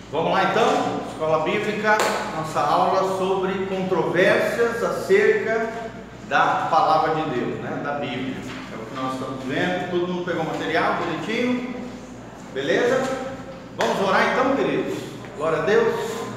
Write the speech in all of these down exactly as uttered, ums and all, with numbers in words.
Vamos lá então, Escola Bíblica, nossa aula sobre controvérsias acerca da Palavra de Deus, né? Da Bíblia. É o que nós estamos vendo. Todo mundo pegou o material direitinho? Beleza? Vamos orar então, queridos? Glória a Deus.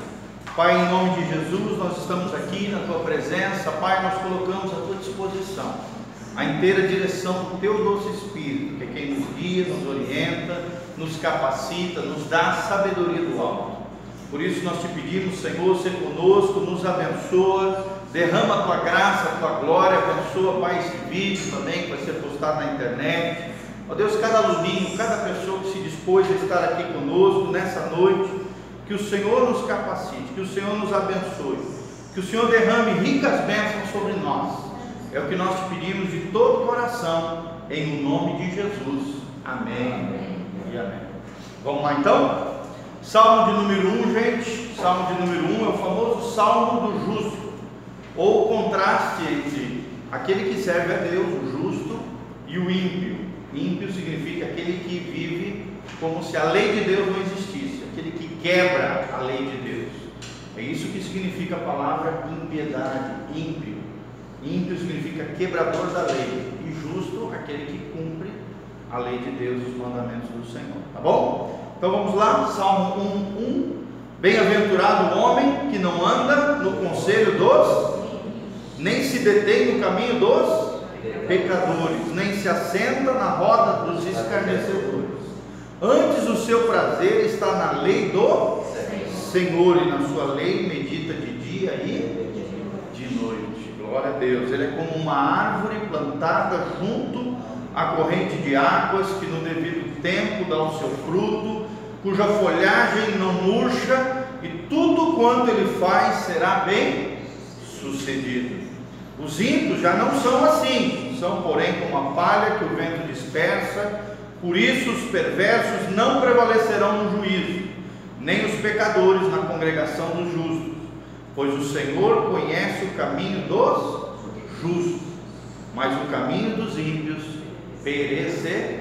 Pai, em nome de Jesus, nós estamos aqui na Tua presença. Pai, nós colocamos à Tua disposição a inteira direção do Teu doce Espírito, que é quem nos guia, nos orienta, nos capacita, nos dá a sabedoria do alto. Por isso nós te pedimos, Senhor, ser conosco, nos abençoa, derrama a Tua graça, a Tua glória, abençoa, Pai, esse vídeo também que vai ser postado na internet. Ó Deus, cada aluninho, cada pessoa que se dispôs a estar aqui conosco nessa noite, que o Senhor nos capacite, que o Senhor nos abençoe, que o Senhor derrame ricas bênçãos sobre nós. É o que nós te pedimos de todo o coração, em nome de Jesus. Amém. Amém. E amém. Vamos lá então? Salmo de número um, gente. Salmo de número um é o famoso Salmo do Justo, ou o contraste entre aquele que serve a Deus, o justo, e o ímpio. Ímpio significa aquele que vive como se a lei de Deus não existisse, aquele que quebra a lei de Deus. É isso que significa a palavra impiedade, ímpio. Ímpio significa quebrador da lei, e justo, aquele que cumpre a lei de Deus e os mandamentos do Senhor. Tá bom? Então vamos lá, Salmo um, um. Bem-aventurado o homem que não anda no conselho dos, nem se detém no caminho dos pecadores, nem se assenta na roda dos escarnecedores. Antes o seu prazer está na lei do Senhor, e na sua lei medita de dia e de noite. Glória a Deus. Ele é como uma árvore plantada junto à corrente de águas, que no devido tempo dá o seu fruto, cuja folhagem não murcha, e tudo quanto ele faz será bem sucedido. Os ímpios já não são assim, são porém como a palha que o vento dispersa. Por isso os perversos não prevalecerão no juízo, nem os pecadores na congregação dos justos, pois o Senhor conhece o caminho dos justos, mas o caminho dos ímpios perecerá.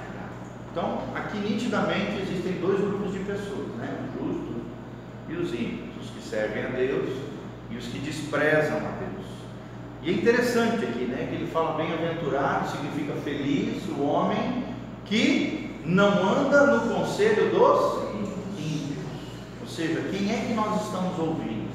Então, aqui nitidamente existem dois grupos de pessoas, né? Os justos e os ímpios, os que servem a Deus e os que desprezam a Deus. E é interessante aqui, né, que ele fala bem-aventurado, significa feliz, o homem que não anda no conselho dos ímpios. Ou seja, quem é que nós estamos ouvindo?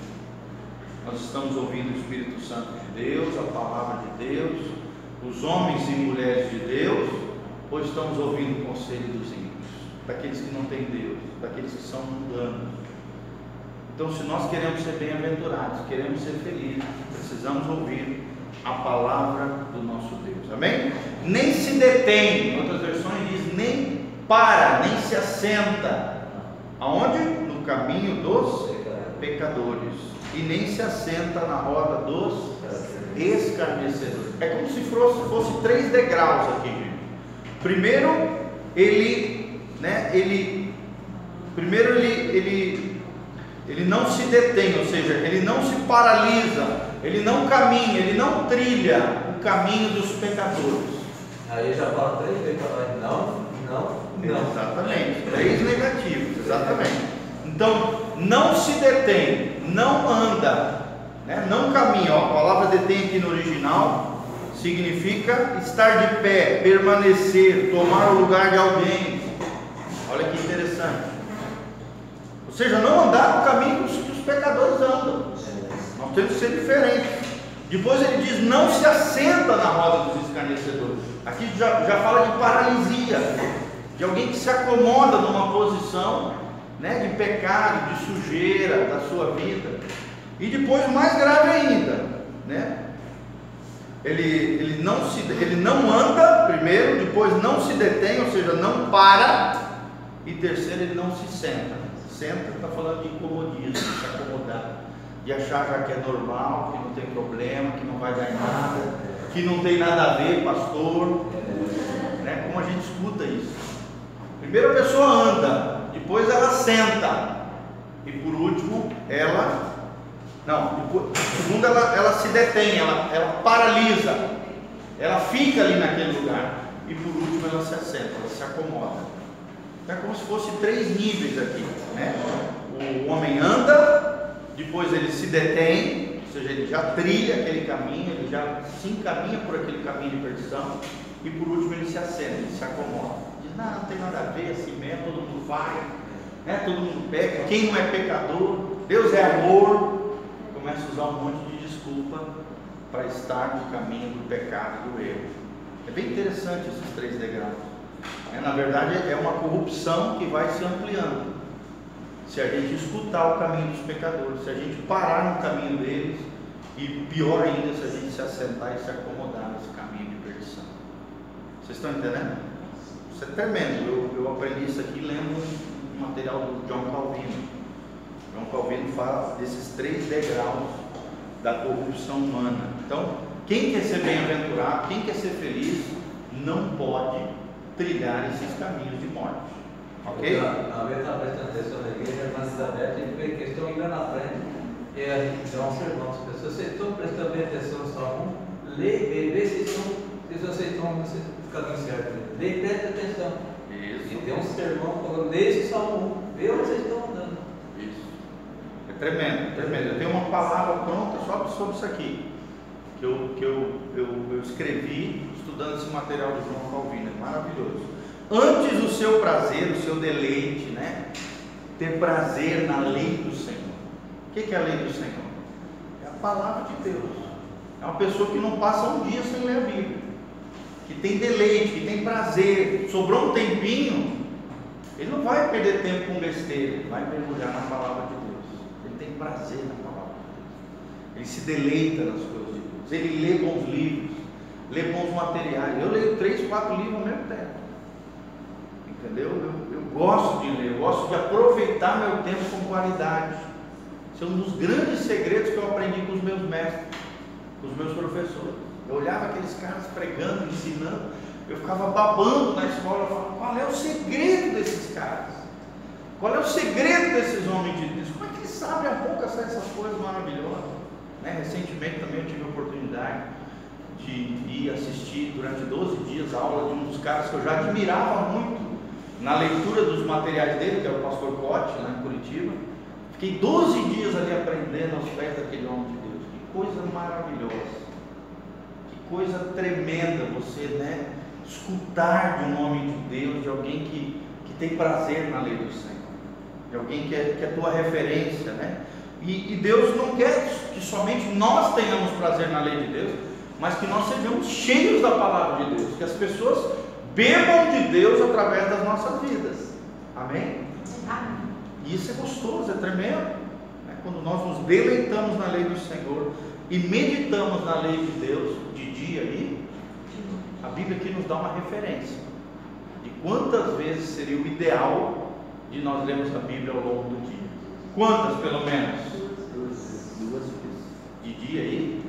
Nós estamos ouvindo o Espírito Santo de Deus, a palavra de Deus, os homens e mulheres de Deus, ou estamos ouvindo o conselho dos ímpios, daqueles que não têm Deus, daqueles que são mundanos? Então, se nós queremos ser bem-aventurados, queremos ser felizes, precisamos ouvir a palavra do nosso Deus. Amém? Nem se detém, em outras versões diz nem para, nem se assenta. Aonde? No caminho dos pecadores, e nem se assenta na roda dos escarnecedores. É como se fosse, fosse três degraus aqui, gente. Primeiro, ele, né, ele, primeiro ele, ele, ele não se detém, ou seja, ele não se paralisa, ele não caminha, ele não trilha o caminho dos pecadores. Aí já fala três vezes, não, não, não. Exatamente, três negativos, exatamente. Então, não se detém, não anda, né? Não caminha. Ó, a palavra detém aqui no original significa estar de pé, permanecer, tomar o lugar de alguém. Olha que interessante. Ou seja, não andar no caminho que os pecadores andam. Nós temos que ser diferentes. Depois ele diz, não se assenta na roda dos escarnecedores. Aqui já, já fala de paralisia, de alguém que se acomoda numa posição, né, de pecado, de sujeira da sua vida. E depois, mais grave ainda, né, ele, ele, não se, ele não anda primeiro, depois não se detém, ou seja, não para, e terceiro, ele não se senta. Senta, está falando de incomodismo, de se acomodar, de achar já que é normal, que não tem problema, que não vai dar em nada, que não tem nada a ver, pastor, né? Como a gente escuta isso. Primeiro a pessoa anda, depois ela senta, e por último ela, não, depois, segundo ela, ela se detém, ela, ela paralisa, ela fica ali naquele lugar, e por último ela se assenta, ela se acomoda. É como se fosse três níveis aqui, né? O o homem anda, depois ele se detém, ou seja, ele já trilha aquele caminho, ele já se encaminha por aquele caminho de perdição, e por último ele se assenta, ele se acomoda. Diz, não, não tem nada a ver, assim mesmo, todo mundo vai, né? Todo mundo peca, quem não é pecador, Deus é amor, começa a usar um monte de desculpa para estar no caminho do pecado e do erro. É bem interessante esses três degraus. É, na verdade, é uma corrupção que vai se ampliando. Se a gente escutar o caminho dos pecadores, se a gente parar no caminho deles, e pior ainda, se a gente se assentar e se acomodar nesse caminho de perdição. Vocês estão entendendo? Isso é tremendo. Eu, eu aprendi isso aqui lendo um material do John Calvino. John Calvino fala desses três degraus da corrupção humana. Então, quem quer ser bem-aventurado, quem quer ser feliz, não pode trilhar esses caminhos de morte. Ok? Uma vez eu estava prestando atenção na igreja, a irmã Isabel, e fez questão indo na frente, e a gente dá um sermão às pessoas. Vocês estão prestando bem atenção no Salmo um? Lê, vê, vê se estão, se vocês estão no caminho certo. Lê e presta atenção. Isso. E tem um sermão falando, lê esse Salmo um, vê onde vocês estão andando. Isso. É tremendo, tremendo. Eu tenho uma palavra pronta só sobre isso aqui, que eu, que eu, eu, eu escrevi estudando esse material do João Calvino. É maravilhoso. Antes o seu prazer, o seu deleite, né? Ter prazer na lei do Senhor. O que é a lei do Senhor? É a palavra de Deus. É uma pessoa que não passa um dia sem ler a Bíblia, que tem deleite, que tem prazer. Sobrou um tempinho, ele não vai perder tempo com besteira, ele vai mergulhar na palavra de Deus. Ele tem prazer na palavra de Deus, ele se deleita nas coisas de Deus, ele lê bons livros, lê bons materiais. Eu leio três, quatro livros ao mesmo tempo. Entendeu? Eu, eu gosto de ler, eu gosto de aproveitar meu tempo com qualidade. Esse é um dos grandes segredos que eu aprendi com os meus mestres, com os meus professores. Eu olhava aqueles caras pregando, ensinando, eu ficava babando na escola, eu falava, qual é o segredo desses caras? Qual é o segredo desses homens de Deus? Como é que eles sabem a boca essas coisas maravilhosas? Né? Recentemente também eu tive a oportunidade de ir assistir durante doze dias a aula de um dos caras que eu já admirava muito na leitura dos materiais dele, que é o pastor Cote, lá em Curitiba. Fiquei doze dias ali aprendendo aos pés daquele homem de Deus. Que coisa maravilhosa, que coisa tremenda você, né, escutar de um homem de Deus, de alguém que, que tem prazer na lei do Senhor, de alguém que é, que é tua referência, né? E, e Deus não quer que somente nós tenhamos prazer na lei de Deus, mas que nós sejamos cheios da palavra de Deus, que as pessoas bebam de Deus através das nossas vidas. Amém? Amém. E isso é gostoso, é tremendo, né? Quando nós nos deleitamos na lei do Senhor e meditamos na lei de Deus de dia e a Bíblia aqui nos dá uma referência de quantas vezes seria o ideal de nós lermos a Bíblia ao longo do dia. Quantas, pelo menos? Duas, duas vezes. De dia e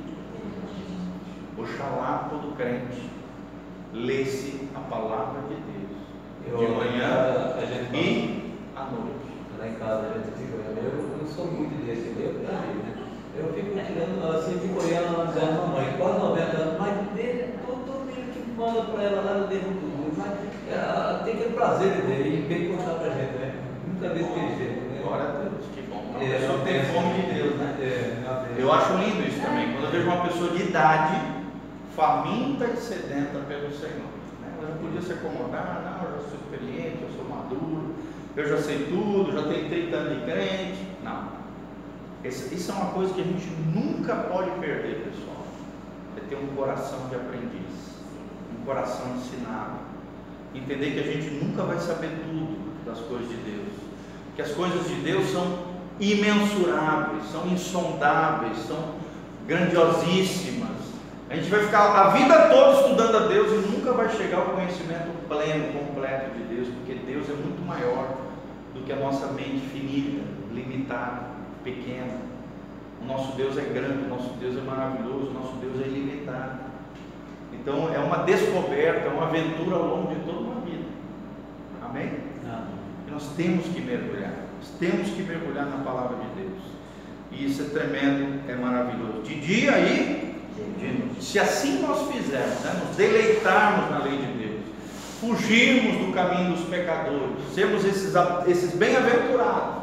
oxalá todo crente lê-se a palavra de Deus eu, de manhã a gente e à noite. Lá em casa a gente fica olhando, eu não sou muito desse, eu, né? Eu fico tirando assim, fico olhando, analisando a mãe, quase noventa anos, mas dele, todo dia que manda para ela lá no dedo do mas ela tem aquele prazer dele e vem contar para a gente, né? Nunca vi daquele jeito, né? Glória a Deus, que bom. Uma É, pessoa que tem fome de Deus, né? É, eu acho lindo isso também, quando eu vejo uma pessoa de idade faminta e sedenta pelo Senhor, né? Ela podia se acomodar, não, eu já sou experiente, eu sou maduro, eu já sei tudo, já tenho trinta anos de crente. Não, Esse, isso é uma coisa que a gente nunca pode perder, pessoal, é ter um coração de aprendiz, um coração ensinado, entender que a gente nunca vai saber tudo das coisas de Deus, que as coisas de Deus são imensuráveis, são insondáveis, são grandiosíssimas. A gente vai ficar a vida toda estudando a Deus e nunca vai chegar ao conhecimento pleno, completo de Deus, porque Deus é muito maior do que a nossa mente finita, limitada, pequena. O nosso Deus é grande, o nosso Deus é maravilhoso, o nosso Deus é ilimitado. Então é uma descoberta, é uma aventura ao longo de toda uma vida. Amém? Amém. E nós temos que mergulhar, nós temos que mergulhar na palavra de Deus. E isso é tremendo, é maravilhoso. De dia e se assim nós fizermos, né, nos deleitarmos na lei de Deus, fugirmos do caminho dos pecadores, sermos esses, esses bem-aventurados,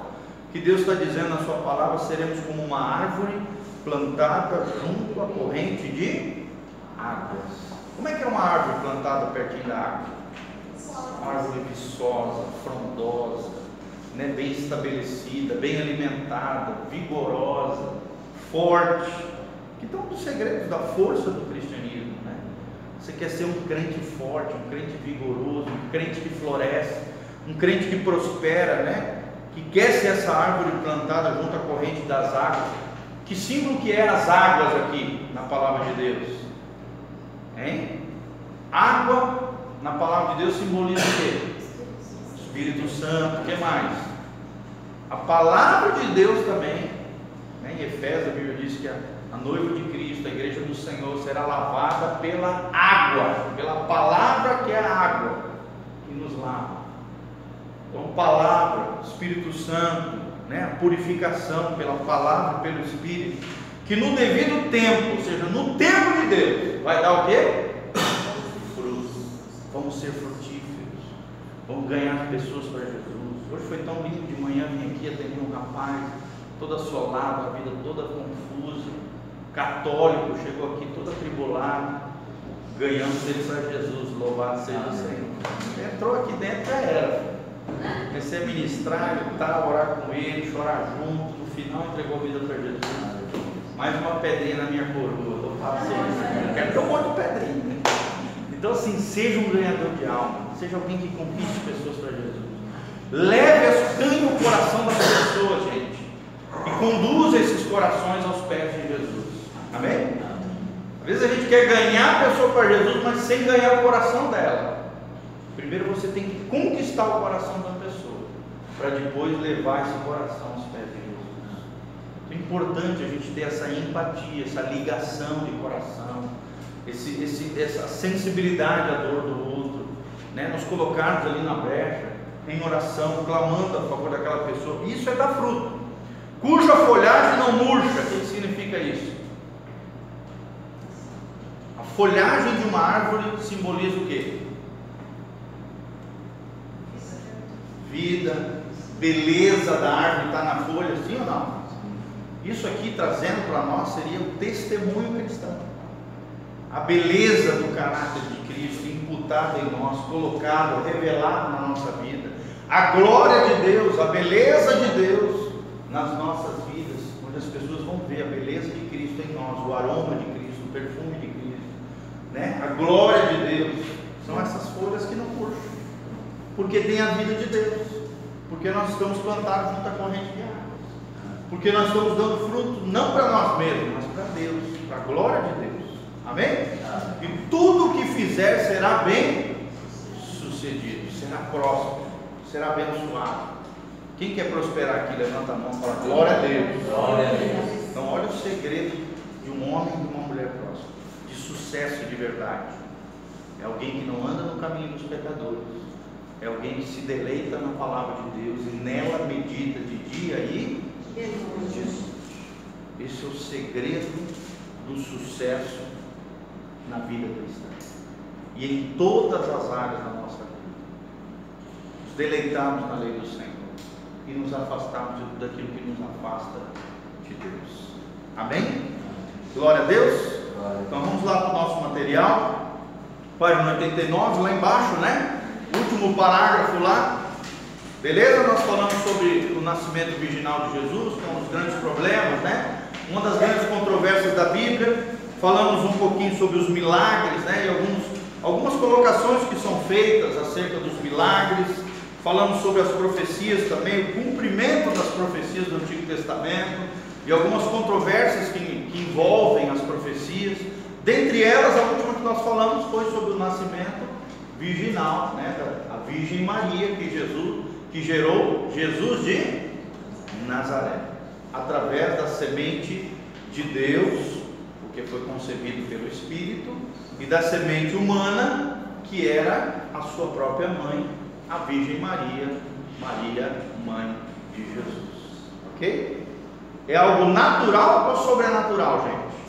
que Deus está dizendo na sua palavra, seremos como uma árvore plantada junto à corrente de águas. Como é que é uma árvore plantada pertinho da água? Uma árvore viçosa, frondosa, né? Bem estabelecida, bem alimentada, vigorosa, forte. Que estão os segredos da força do cristianismo, né? Você quer ser um crente forte, um crente vigoroso, um crente que floresce, um crente que prospera, né? Que quer ser essa árvore plantada junto à corrente das águas. Que símbolo que é as águas aqui na palavra de Deus? Hein? Água na palavra de Deus simboliza o quê? Espírito Santo. O que mais? A palavra de Deus também, né? Em Efésios a Bíblia diz que a, a noiva de Cristo, a igreja do Senhor, será lavada pela água, pela palavra que é a água que nos lava. Então, palavra, Espírito Santo, né? A purificação pela palavra, pelo Espírito, que no devido tempo, ou seja, no tempo de Deus, vai dar o quê? Frutos. Vamos ser frutíferos, vamos ganhar pessoas para Jesus. Hoje foi tão lindo, de manhã vim aqui atender um rapaz, todo assolado, a vida toda confusa, católico, chegou aqui todo atribulado, ganhamos ele para Jesus, louvado seja o Senhor. Entrou aqui dentro, já era. Comecei a ministrar, lutar, orar com ele, chorar junto. No final entregou a vida para Jesus. Mais uma pedrinha na minha coroa. Eu falo assim, quero ter um monte de pedrinha, né? Então assim, seja um ganhador de alma, seja alguém que conquiste pessoas para Jesus. Leve, ganhe o coração das pessoas, gente, e conduza esses corações aos pés de Jesus. Amém? Às vezes a gente quer ganhar a pessoa para Jesus, mas sem ganhar o coração dela. Primeiro você tem que conquistar o coração da pessoa, para depois levar esse coração aos pés de Jesus. É importante a gente ter essa empatia, essa ligação de coração, esse, esse, essa sensibilidade à dor do outro, né? Nos colocarmos ali na brecha, em oração, clamando a favor daquela pessoa. Isso é dar fruto, cuja folhagem não murcha. O que significa isso? A folhagem de uma árvore simboliza o quê? Vida, beleza da árvore está na folha, sim ou não? Isso aqui trazendo para nós seria o testemunho cristão, a beleza do caráter de Cristo imputado em nós, colocado, revelado na nossa vida, a glória de Deus, a beleza de Deus nas nossas vidas, onde as pessoas vão ver a beleza de Cristo em nós, o aroma de Cristo, o perfume de Cristo, né? A glória de Deus. São essas folhas que não murcham, porque tem a vida de Deus, porque nós estamos plantados junto à corrente de águas, porque nós estamos dando fruto não para nós mesmos, mas para Deus, para a glória de Deus. Amém? E tudo o que fizer será bem sucedido, será próspero, será abençoado. Quem quer prosperar aqui, levanta a mão e fala glória a Deus. Glória a Deus. Então olha o segredo de um homem e de uma mulher próspera, de sucesso de verdade. É alguém que não anda no caminho dos pecadores, é alguém que se deleita na palavra de Deus e nela medita de dia e de noite. Esse é o segredo do sucesso na vida cristã e em todas as áreas da nossa vida. Nos deleitarmos na lei do Senhor e nos afastarmos daquilo que nos afasta de Deus. Amém? Glória a Deus. Então vamos lá para o nosso material, página oitenta e nove, lá embaixo, né? Último parágrafo lá, beleza? Nós falamos sobre o nascimento virginal de Jesus, que é um dos grandes problemas, né? Uma das grandes controvérsias da Bíblia. Falamos um pouquinho sobre os milagres, né? E alguns, algumas colocações que são feitas acerca dos milagres. Falamos sobre as profecias também, o cumprimento das profecias do Antigo Testamento e algumas controvérsias que, que envolvem as profecias. Dentre elas, a última que nós falamos foi sobre o nascimento virginal, né, da a Virgem Maria, que Jesus, que gerou Jesus de Nazaré, através da semente de Deus, porque foi concebido pelo Espírito, e da semente humana, que era a sua própria mãe, a Virgem Maria, Maria, mãe de Jesus. Ok? É algo natural ou sobrenatural,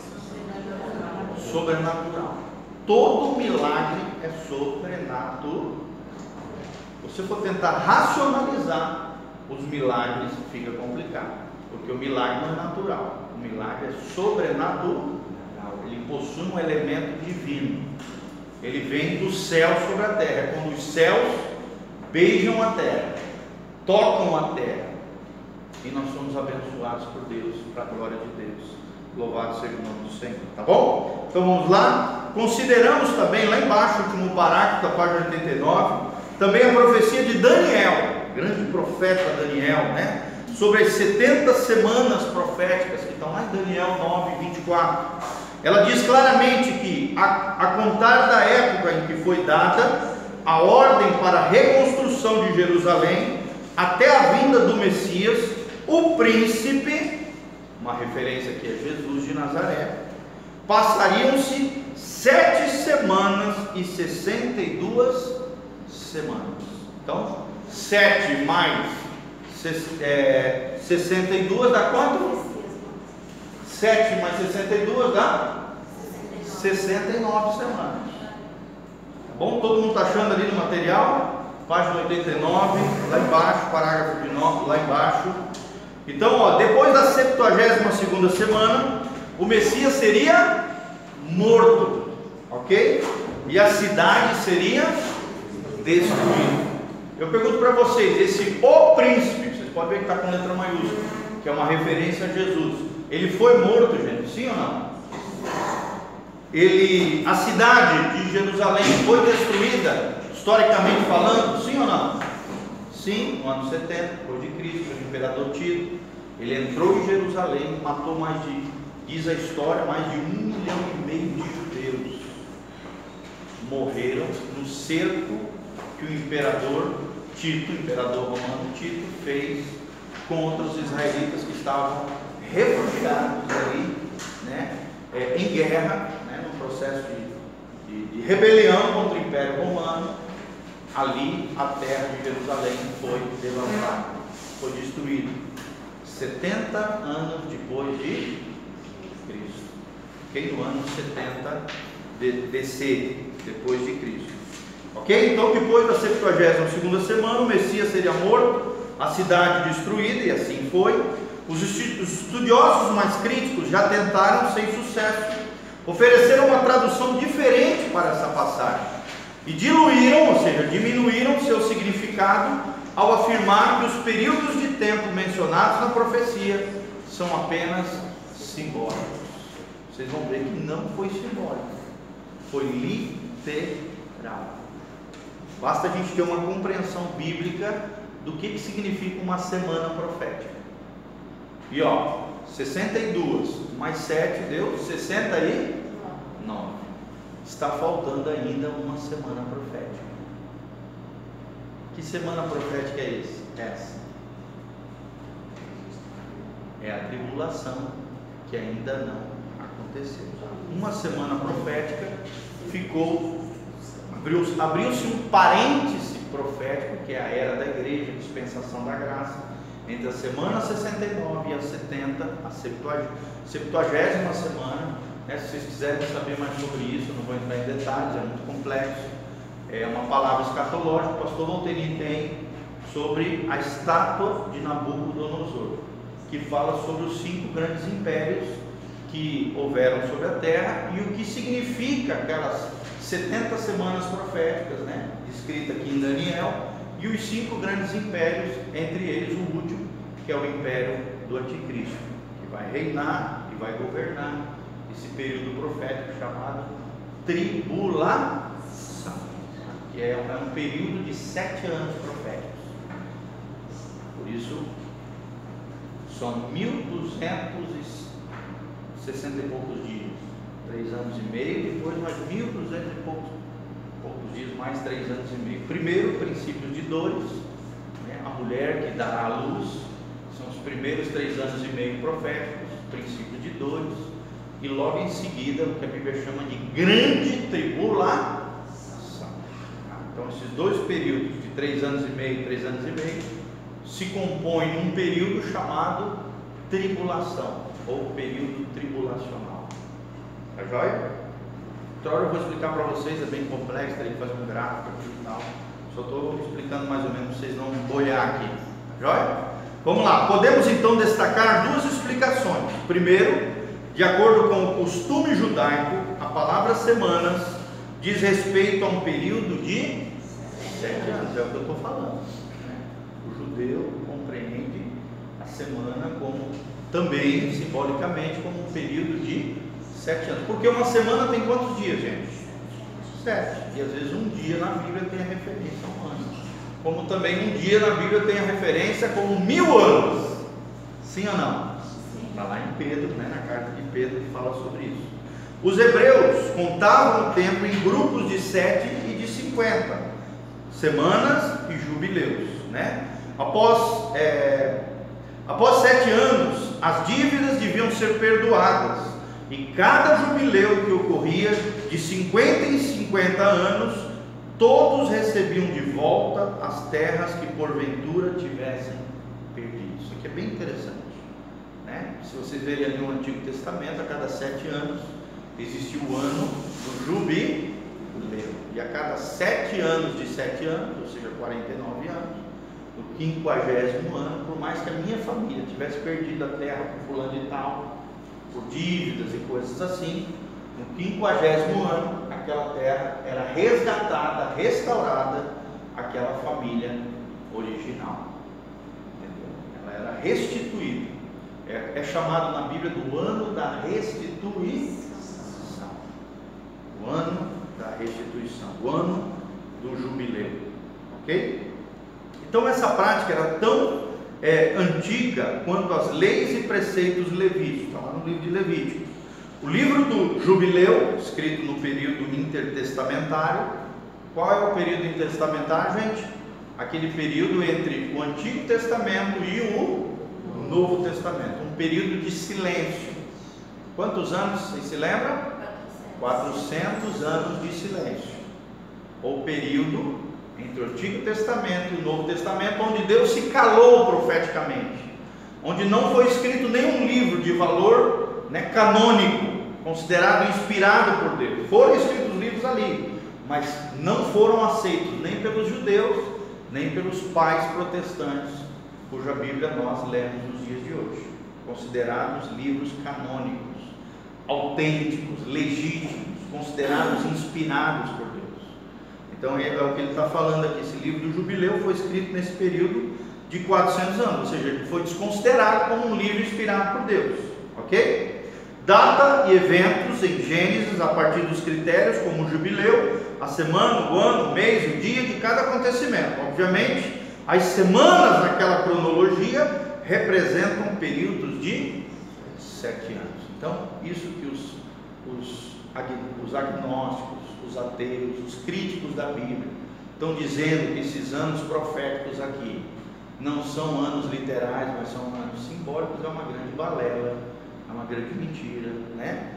gente? Sobrenatural. Sobrenatural. Todo milagre é sobrenatural. Se você for tentar racionalizar, os milagres fica complicado, porque o milagre não é natural, o milagre é sobrenatural, ele possui um elemento divino, ele vem do céu sobre a terra, é quando os céus beijam a terra, tocam a terra, e nós somos abençoados por Deus, para a glória de Deus. Louvado seja o nome do Senhor, tá bom? Então vamos lá. Consideramos também, lá embaixo, o último parágrafo da página oitenta e nove, também a profecia de Daniel, grande profeta Daniel, né? Sobre as setenta semanas proféticas, que estão lá em Daniel nove, vinte e quatro. Ela diz claramente que, a, a contar da época em que foi dada a ordem para a reconstrução de Jerusalém, até a vinda do Messias, o príncipe, uma referência aqui a Jesus de Nazaré, passariam-se sete semanas e sessenta e duas semanas. Então, sete mais é, sessenta e duas dá quanto? sete mais sessenta e duas dá sessenta e nove semanas. Tá bom? Todo mundo está achando ali no material? Página oitenta e nove, lá embaixo, parágrafo de nove, lá embaixo. Então, ó, depois da septuagésima segunda semana, o Messias seria morto, ok? E a cidade seria destruída. Eu pergunto para vocês, esse o príncipe, vocês podem ver que está com letra maiúscula, que é uma referência a Jesus. Ele foi morto, gente, sim ou não? Ele, a cidade de Jerusalém foi destruída, historicamente falando, sim ou não? Sim, no ano setenta, depois de Cristo, pelo imperador Tito. Ele entrou em Jerusalém, matou mais de, diz a história, mais de um milhão e meio de judeus. Morreram no cerco que o imperador Tito, o imperador romano Tito, fez contra os israelitas que estavam refugiados ali, né, é, em guerra, né, no processo de, de, de rebelião contra o Império Romano. Ali a terra de Jerusalém foi devastada, foi destruída, setenta anos depois de Cristo, ok? No ano setenta de, D C, depois de Cristo, ok? Então, depois da septuagésima segunda semana, o Messias seria morto, a cidade destruída, e assim foi. Os estudiosos mais críticos já tentaram sem sucesso, ofereceram uma tradução diferente para essa passagem e diluíram, ou seja, diminuíram seu significado ao afirmar que os períodos de tempo mencionados na profecia são apenas simbólicos. Vocês vão ver que não foi simbólico, foi literal. Basta a gente ter uma compreensão bíblica do que, que significa uma semana profética. E ó, sessenta e duas mais sete deu sessenta e nove. Está faltando ainda uma semana profética. Que semana profética é esse? essa? É a tribulação, que ainda não aconteceu. Uma semana profética ficou, abriu-se abriu-se um parêntese profético, que é a era da igreja, a dispensação da graça, entre a semana sessenta e nove e a setenta, a septuagésima semana. Né? Se vocês quiserem saber mais sobre isso, eu não vou entrar em detalhes, é muito complexo. É uma palavra escatológica, o pastor Volteni tem sobre a estátua de Nabucodonosor, que fala sobre os cinco grandes impérios que houveram sobre a terra e o que significa aquelas setenta semanas proféticas, né, descrita aqui em Daniel, e os cinco grandes impérios, entre eles o último, que é o império do anticristo, que vai reinar e vai governar esse período profético chamado tribulação, que é um período de sete anos proféticos. Por isso são mil duzentos e sessenta e poucos dias, três anos e meio, depois mais mil duzentos e poucos, poucos dias, mais três anos e meio. Primeiro, princípio de dores, né? A mulher que dará à luz, são os primeiros três anos e meio proféticos, princípio de dores, e logo em seguida o que a Bíblia chama de grande tribulação. Então esses dois períodos de três anos e meio, três anos e meio, se compõem num período chamado tribulação, ou período tribulacional. Tá joia? Outra hora eu vou explicar para vocês, é bem complexo, teria que fazer um gráfico aqui e tal. Só estou explicando mais ou menos para vocês não boiar aqui. Joia? Vamos lá, podemos então destacar duas explicações. Primeiro, de acordo com o costume judaico, a palavra semanas diz respeito a um período de sete anos, é o que eu estou falando. O judeu compreende a semana como também, simbolicamente, como um período de sete anos. Porque uma semana tem quantos dias, gente? Sete. E às vezes um dia na Bíblia tem a referência a um ano. Como também um dia na Bíblia tem a referência como mil anos. Sim ou não? Está lá em Pedro, né, na carta de Pedro, que fala sobre isso. Os hebreus contavam o tempo em grupos de sete e de cinquenta semanas e jubileus, né? Após, é, após sete anos, as dívidas deviam ser perdoadas, e cada jubileu que ocorria de cinquenta em cinquenta anos, todos recebiam de volta as terras que porventura tivessem perdido. Isso aqui é bem interessante, né? Se vocês verem ali no Antigo Testamento, a cada sete anos existia o ano do jubileu, e a cada sete anos de sete anos, ou seja, quarenta e nove anos, no quinquagésimo ano, por mais que a minha família tivesse perdido a terra por fulano de tal, por dívidas e coisas assim, no quinquagésimo ano, aquela terra era resgatada, restaurada àquela família original, entendeu? Ela era restituída. É, é chamado na Bíblia do ano da restituição. O ano da restituição, o ano do jubileu, ok? Então essa prática era tão é, antiga quanto as leis e preceitos levíticos. Está lá no livro de Levíticos. O livro do jubileu, escrito no período intertestamentário. Qual é o período intertestamentário, gente? Aquele período entre o Antigo Testamento e o Novo Testamento, um período de silêncio. Quantos anos, vocês se lembram? quatrocentos anos de silêncio, ou período entre o Antigo Testamento e o Novo Testamento, onde Deus se calou profeticamente, onde não foi escrito nenhum livro de valor, né, canônico, considerado inspirado por Deus. Foram escritos livros ali, mas não foram aceitos nem pelos judeus, nem pelos pais protestantes, cuja Bíblia nós lemos nos dias de hoje, considerados livros canônicos, autênticos, legítimos, considerados inspirados por Deus. Então é o que ele está falando aqui. Esse livro do jubileu foi escrito nesse período de quatrocentos anos, ou seja, ele foi desconsiderado como um livro inspirado por Deus, ok? Data e eventos em Gênesis a partir dos critérios como o jubileu, a semana, o ano, o mês, o dia de cada acontecimento. Obviamente, as semanas naquela cronologia representam períodos de sete anos. Então, isso que os, os, os agnósticos, os ateus, os críticos da Bíblia estão dizendo que esses anos proféticos aqui não são anos literais, mas são anos simbólicos, é uma grande balela, é uma grande mentira, né?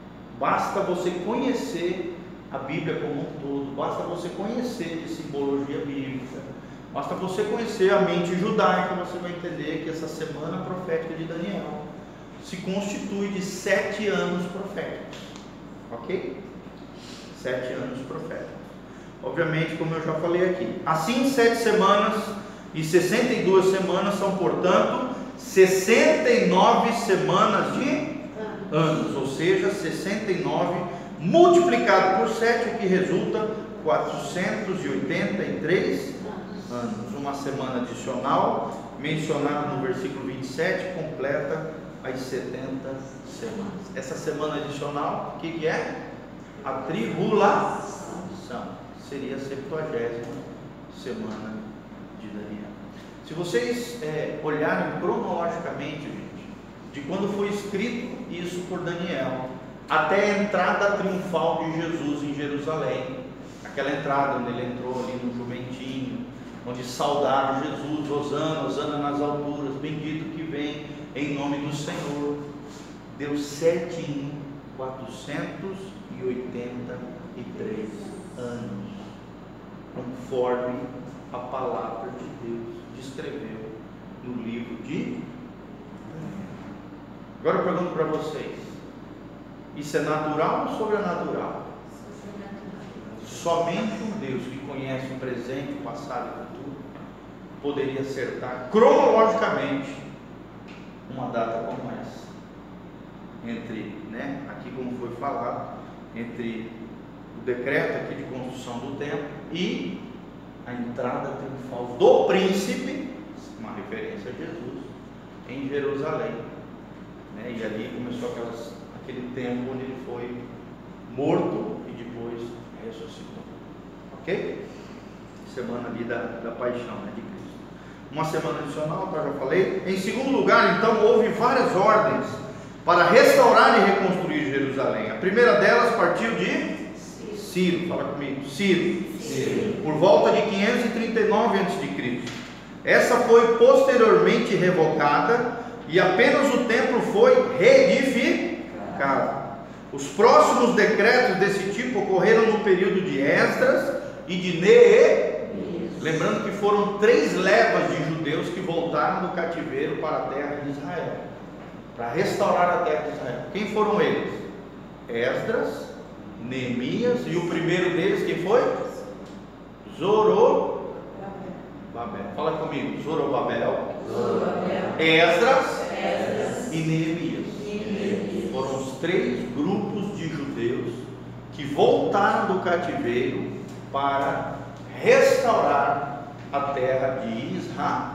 Basta você conhecer a Bíblia como um todo, basta você conhecer de simbologia bíblica, basta você conhecer a mente judaica, você vai entender que essa semana profética de Daniel se constitui de sete anos proféticos, ok? Sete anos proféticos. Obviamente, como eu já falei aqui, assim sete semanas e sessenta e duas semanas são, portanto, sessenta e nove semanas de anos, ou seja, sessenta e nove multiplicado por sete, o que resulta quatrocentos e oitenta e três anos. Uma semana adicional, mencionada no versículo vinte e sete, completa as setenta semanas. Essa semana adicional, o que, que é? A tribulação. Seria a septuagésima semana de Daniel. Se vocês é, olharem cronologicamente, gente, de quando foi escrito isso por Daniel, até a entrada triunfal de Jesus em Jerusalém, aquela entrada onde ele entrou ali no jumentinho, onde saudaram Jesus, Hosana, Hosana nas alturas, bendito que vem em nome do Senhor, deu certinho quatrocentos e oitenta e três anos, conforme a palavra de Deus descreveu no livro de Daniel. Agora eu pergunto para vocês, isso é natural ou sobrenatural? Somente um Deus que conhece o presente, o passado e o futuro poderia acertar cronologicamente uma data como essa. Entre, né, aqui como foi falado, entre o decreto aqui de construção do templo e a entrada triunfal do príncipe, uma referência a Jesus, em Jerusalém, né? E ali começou aquelas, aquele tempo onde ele foi morto e depois ressuscitou. Ok? Semana ali da, da paixão, né, de Cristo. Uma semana adicional, tá, já falei. Em segundo lugar, então, houve várias ordens para restaurar e reconstruir Jerusalém. A primeira delas partiu de Ciro, fala comigo, Ciro, Ciro. Por volta de quinhentos e trinta e nove antes de Cristo. Essa foi posteriormente revocada e apenas o templo foi reedificado. Os próximos decretos desse tipo ocorreram no período de Esdras e de Neemias. Lembrando que foram três levas de judeus que voltaram do cativeiro para a terra de Israel, para restaurar a terra de Israel. Quem foram eles? Esdras, Neemias, e o primeiro deles, quem foi? Zorobabel. Fala comigo, Zorobabel, Zorobabel. Esdras, Esdras e Neemias. Neemias. Foram os três grupos de judeus que voltaram do cativeiro para restaurar a terra de Israel.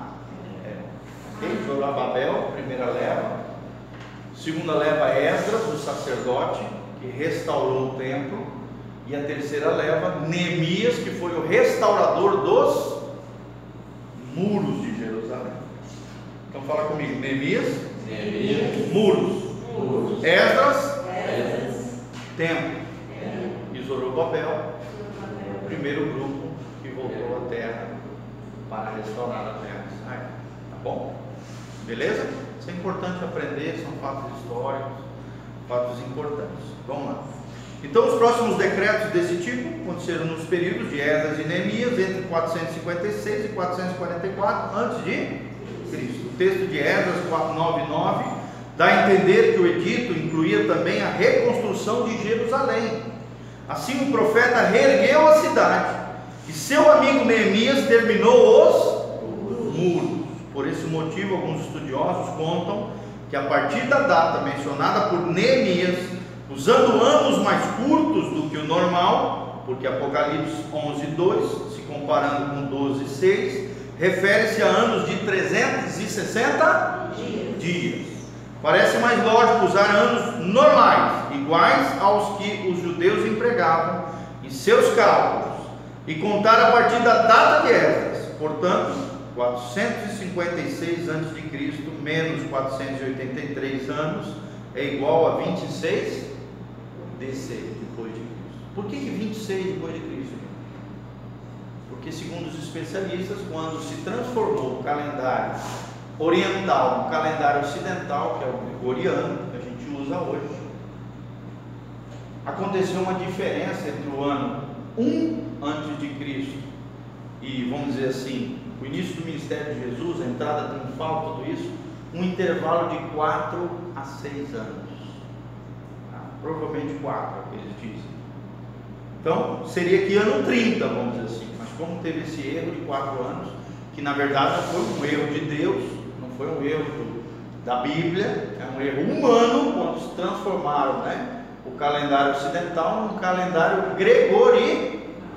Okay? Zorobabel, primeira leva. Segunda leva, Esdras, o sacerdote, que restaurou o templo. E a terceira leva, Neemias, que foi o restaurador dos muros de Jerusalém. Então fala comigo, Neemias, Neemias. Muros, muros. Esdras, Esdras. Templo, templo. E Zorobabel, o primeiro grupo que voltou à terra para restaurar a terra de Israel. Tá bom? Beleza? Isso é importante aprender, são fatos históricos, fatos importantes. Vamos lá. Então, os próximos decretos desse tipo aconteceram nos períodos de Esdras e Neemias, entre quatrocentos e cinquenta e seis e quatrocentos e quarenta e quatro antes de Cristo. O texto de Esdras quatrocentos e noventa e nove dá a entender que o edito incluía também a reconstrução de Jerusalém. Assim, o profeta reergueu a cidade e seu amigo Neemias terminou os muros. Por esse motivo, alguns estudiosos contam que a partir da data mencionada por Neemias, usando anos mais curtos do que o normal, porque Apocalipse onze, dois, se comparando com doze, seis, refere-se a anos de trezentos e sessenta dias. dias. Parece mais lógico usar anos normais, iguais aos que os judeus empregavam em seus cálculos, e contar a partir da data de Esdras. Portanto, quatrocentos e cinquenta e seis antes de Cristo menos quatrocentos e oitenta e três anos é igual a vinte e seis D C depois de Cristo. Por que, que vinte e seis depois de Cristo? Porque, segundo os especialistas, quando se transformou o calendário oriental no calendário ocidental, que é o gregoriano, que a gente usa hoje, aconteceu uma diferença entre o ano um antes de Cristo e, vamos dizer assim, o início do ministério de Jesus, a entrada triunfal, tudo isso, um intervalo de quatro a seis anos. Tá? Provavelmente quatro, é o que eles dizem. Então, seria que ano trinta, vamos dizer assim. Mas como teve esse erro de quatro anos, que na verdade não foi um erro de Deus, não foi um erro do, da Bíblia, é um erro humano, quando se transformaram, né, o calendário ocidental num calendário gregoriano.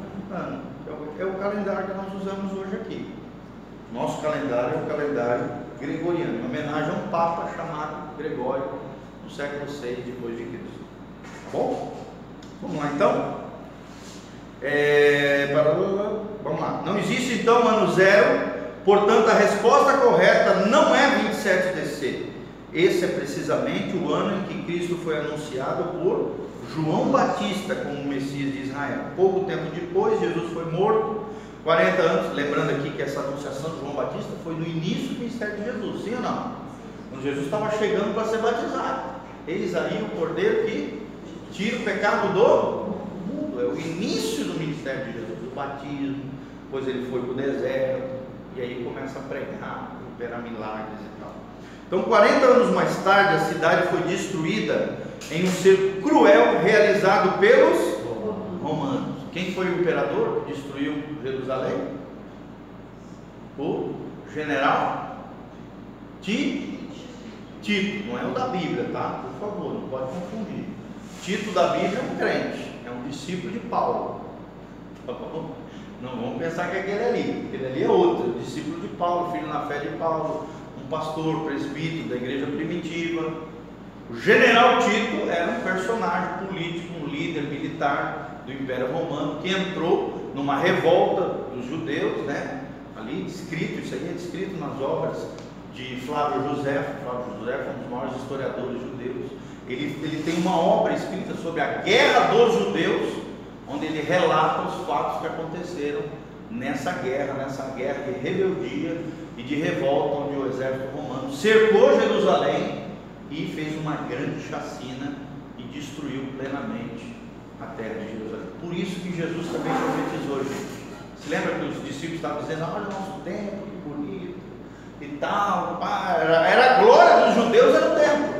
É o calendário que nós usamos hoje aqui. Nosso calendário é o calendário gregoriano, em homenagem a um papa chamado Gregório, no século seis depois de Cristo. Tá bom? Vamos lá então. É... Vamos lá. Não existe então ano zero, portanto a resposta correta não é vinte e sete D C. Esse é precisamente o ano em que Cristo foi anunciado por João Batista como o Messias de Israel. Pouco tempo depois, Jesus foi morto, quarenta anos, lembrando aqui que essa anunciação de João Batista foi no início do ministério de Jesus, sim ou não? Quando Jesus estava chegando para ser batizado. Eis aí o Cordeiro que tira o pecado do mundo. É o início do ministério de Jesus, o batismo, depois ele foi para o deserto, e aí começa a pregar, operar milagres e tal. Então, quarenta anos mais tarde, a cidade foi destruída em um cerco cruel realizado pelos romanos. Quem foi o imperador que destruiu Jerusalém? O general Ti- Tito, não é o da Bíblia, tá? Por favor, não pode confundir. Tito da Bíblia é um crente, é um discípulo de Paulo. Não vamos pensar que aquele ali, aquele ali é outro, discípulo de Paulo, filho na fé de Paulo, um pastor, presbítero da igreja primitiva. O general Tito era um personagem político, um líder militar do Império Romano, que entrou numa revolta dos judeus, né? Ali descrito, isso aí é descrito nas obras de Flávio José. Flávio José foi um dos maiores historiadores judeus. Ele, ele tem uma obra escrita sobre a guerra dos judeus, onde ele relata os fatos que aconteceram nessa guerra, nessa guerra de rebeldia e de revolta, onde o exército romano cercou Jerusalém e fez uma grande chacina e destruiu plenamente a terra de Jerusalém. Por isso que Jesus também profetizou, gente. Se lembra que os discípulos estavam dizendo: olha o nosso templo, que bonito e tal, pá, era, era a glória dos judeus, era o templo.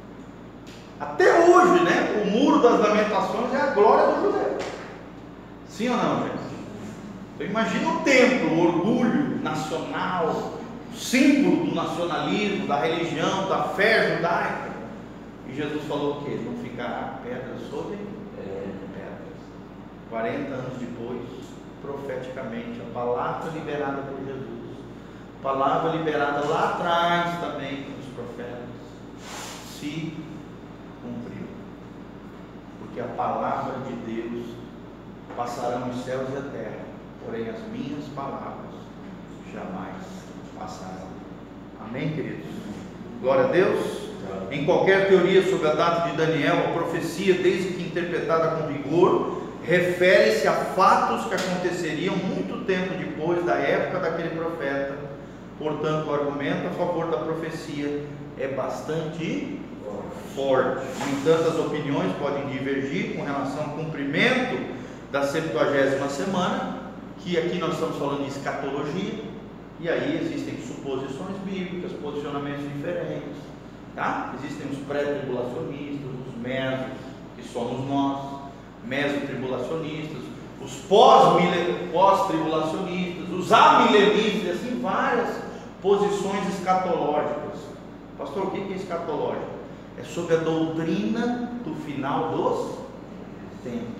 Até hoje, né, o muro das lamentações é a glória do judeu. Sim ou não, gente? Então imagina o templo, o orgulho nacional, o símbolo do nacionalismo, da religião, da fé judaica. E Jesus falou o quê? Não ficará pedra sobre pedras. quarenta anos depois, profeticamente, a palavra liberada por Jesus, palavra liberada lá atrás também pelos profetas, se cumpriu. Porque a palavra de Deus passarão os céus e a terra, porém as minhas palavras jamais passarão. Amém, queridos? Glória a Deus. Em qualquer teoria sobre a data de Daniel, a profecia, desde que interpretada com rigor, refere-se a fatos que aconteceriam muito tempo depois da época daquele profeta. Portanto, o argumento a favor da profecia é bastante forte. No entanto, as opiniões podem divergir com relação ao cumprimento da septuagésima semana, que aqui nós estamos falando de escatologia, e aí existem suposições bíblicas, posicionamentos diferentes, tá? Existem os pré-tribulacionistas, os mesos, que somos nós, mesotribulacionistas, os pós-tribulacionistas, os amilenistas, assim, várias posições escatológicas. Pastor, o que é escatológico? É sobre a doutrina do final dos tempos.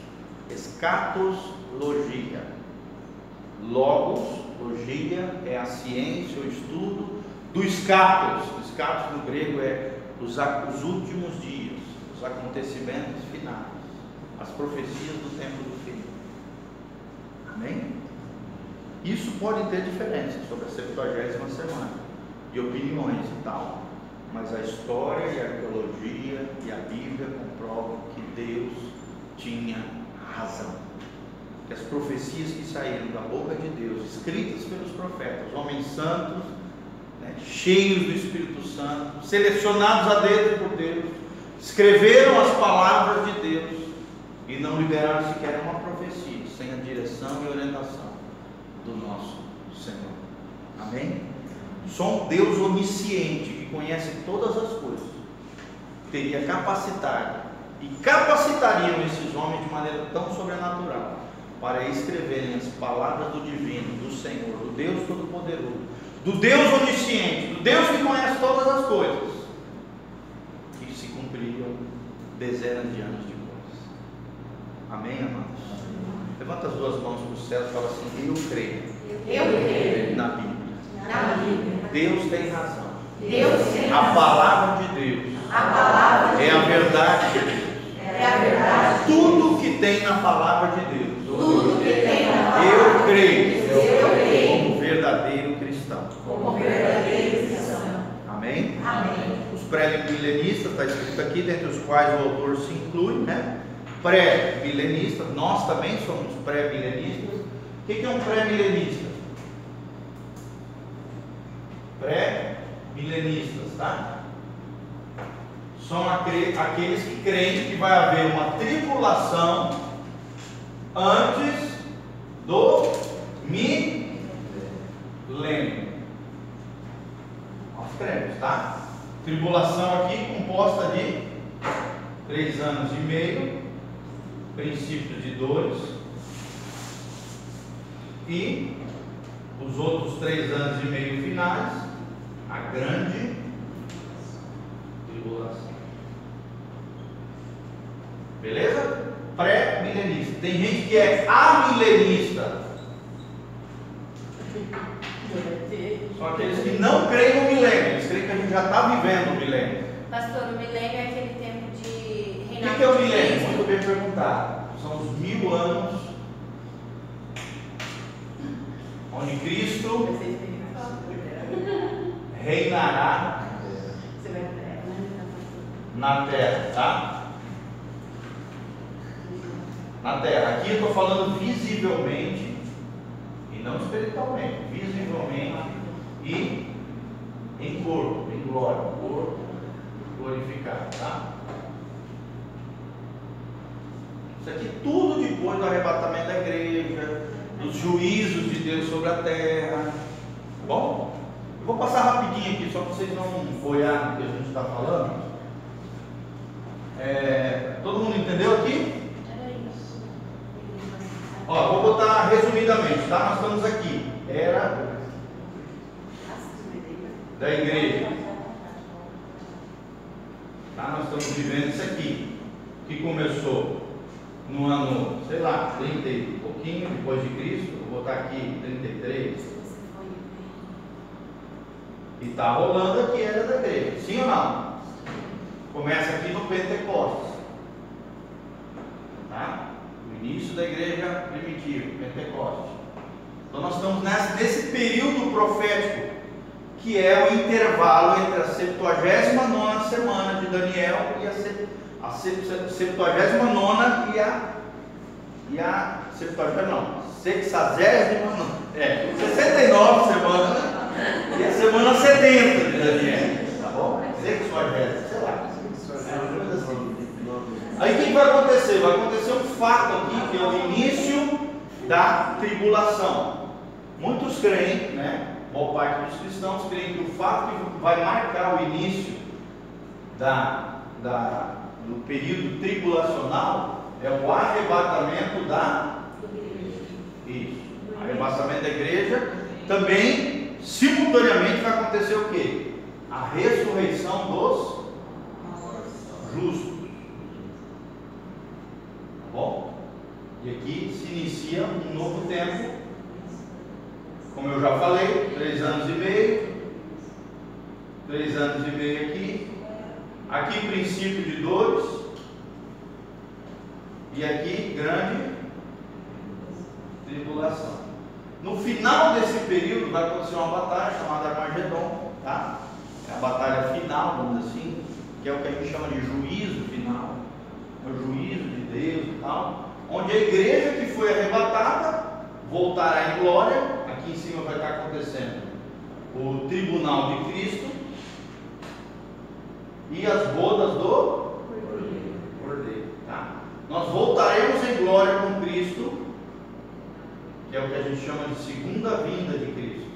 Escatologia. Logos, logia, é a ciência, o estudo do escatos. O escatos no grego é os, os últimos dias, os acontecimentos finais, as profecias do tempo do fim. Amém? Isso pode ter diferença sobre a septuagésima semana, de opiniões e tal, mas a história e a arqueologia e a Bíblia comprovam que Deus tinha razão. Que as profecias que saíram da boca de Deus, escritas pelos profetas, homens santos, né, cheios do Espírito Santo, selecionados a dedo por Deus, escreveram as palavras de Deus e não liberaram sequer uma profecia sem a direção e orientação do nosso Senhor. Amém? Só um Deus onisciente, que conhece todas as coisas, teria capacitado e capacitariam esses homens de maneira tão sobrenatural para escreverem as palavras do divino, do Senhor, do Deus Todo-Poderoso, do Deus onisciente, do Deus que conhece todas as coisas, que se cumpririam dezenas de anos depois. Amém, amados? Levanta as duas mãos para o céu e fala assim: eu creio, eu creio na Bíblia. na Bíblia. Deus tem razão. Deus tem A razão. palavra de Deus A palavra de é a Deus verdade de Deus. é a verdade. Tudo que tem na palavra de Deus, Tudo que tem na palavra eu de creio, Deus, eu creio como verdadeiro cristão. como verdadeiro cristão. Amém? Amém. Os pré-milenistas, está escrito aqui, dentre os quais o autor se inclui, né? Pré-milenistas, nós também somos pré-milenistas. O que é um pré-milenista? Pré-milenistas, tá? São aqueles que creem que vai haver uma tribulação antes do milênio. Nós cremos, tá? Tribulação aqui composta de três anos e meio, princípios de dores e os outros três anos e meio finais, a grande tribulação. Beleza? Pré-milenista. Tem gente que é amilenista. São aqueles que não creem no milênio. Eles creem que a gente já está vivendo o milênio. Pastor, o milênio é aquele tempo de O reinado que, que é o de milênio? Cristo. Muito bem perguntado. São os mil anos onde Cristo reinará na terra, tá? Na terra. Aqui eu estou falando visivelmente e não espiritualmente, visivelmente e em corpo, em glória, corpo glorificado, tá? Isso aqui tudo depois do arrebatamento da igreja, dos juízos de Deus sobre a terra. Tá bom? Eu vou passar rapidinho aqui, só para vocês não boiarem no que a gente está falando. É, todo mundo entendeu aqui? Ó, vou botar resumidamente, tá? Nós estamos aqui. Era da igreja. Tá? Nós estamos vivendo isso aqui. Que começou no ano, sei lá, trinta e pouquinho depois de Cristo. Vou botar aqui trinta e três. E está rolando aqui, era da igreja. Sim ou não? Começa aqui no Pentecostes. Tá? O início da igreja primitiva, Pentecostes. Então nós estamos nesse, nesse período profético, que é o intervalo entre a septuagésima nona semana de Daniel e a, a septuagésima nona e a e a septuagésima não, sexagésima nona, é, sessenta e nove semanas e a semana setenta de Daniel, tá bom? Sexagésima, sei lá. Aí o que vai acontecer? Vai acontecer um fato aqui, que é o início da tribulação. Muitos creem, né? Boa parte dos cristãos creem que o fato que vai marcar o início da, da, do período tribulacional é o arrebatamento da Isso. Arrebatamento da igreja. Também, simultaneamente, vai acontecer o quê? A ressurreição dos justos. Tá bom? E aqui se inicia um novo tempo. Como eu já falei, três anos e meio. Três anos e meio aqui. Aqui princípio de dores. E aqui grande tribulação. No final desse período vai acontecer uma batalha chamada Armagedon, tá? É a batalha final, vamos dizer assim, que é o que a gente chama de juízo final, é o juízo de Deus e tal, onde a igreja que foi arrebatada voltará em glória. Aqui em cima vai estar acontecendo o tribunal de Cristo e as bodas do Cordeiro, tá? Nós voltaremos em glória com Cristo, que é o que a gente chama de segunda vinda de Cristo.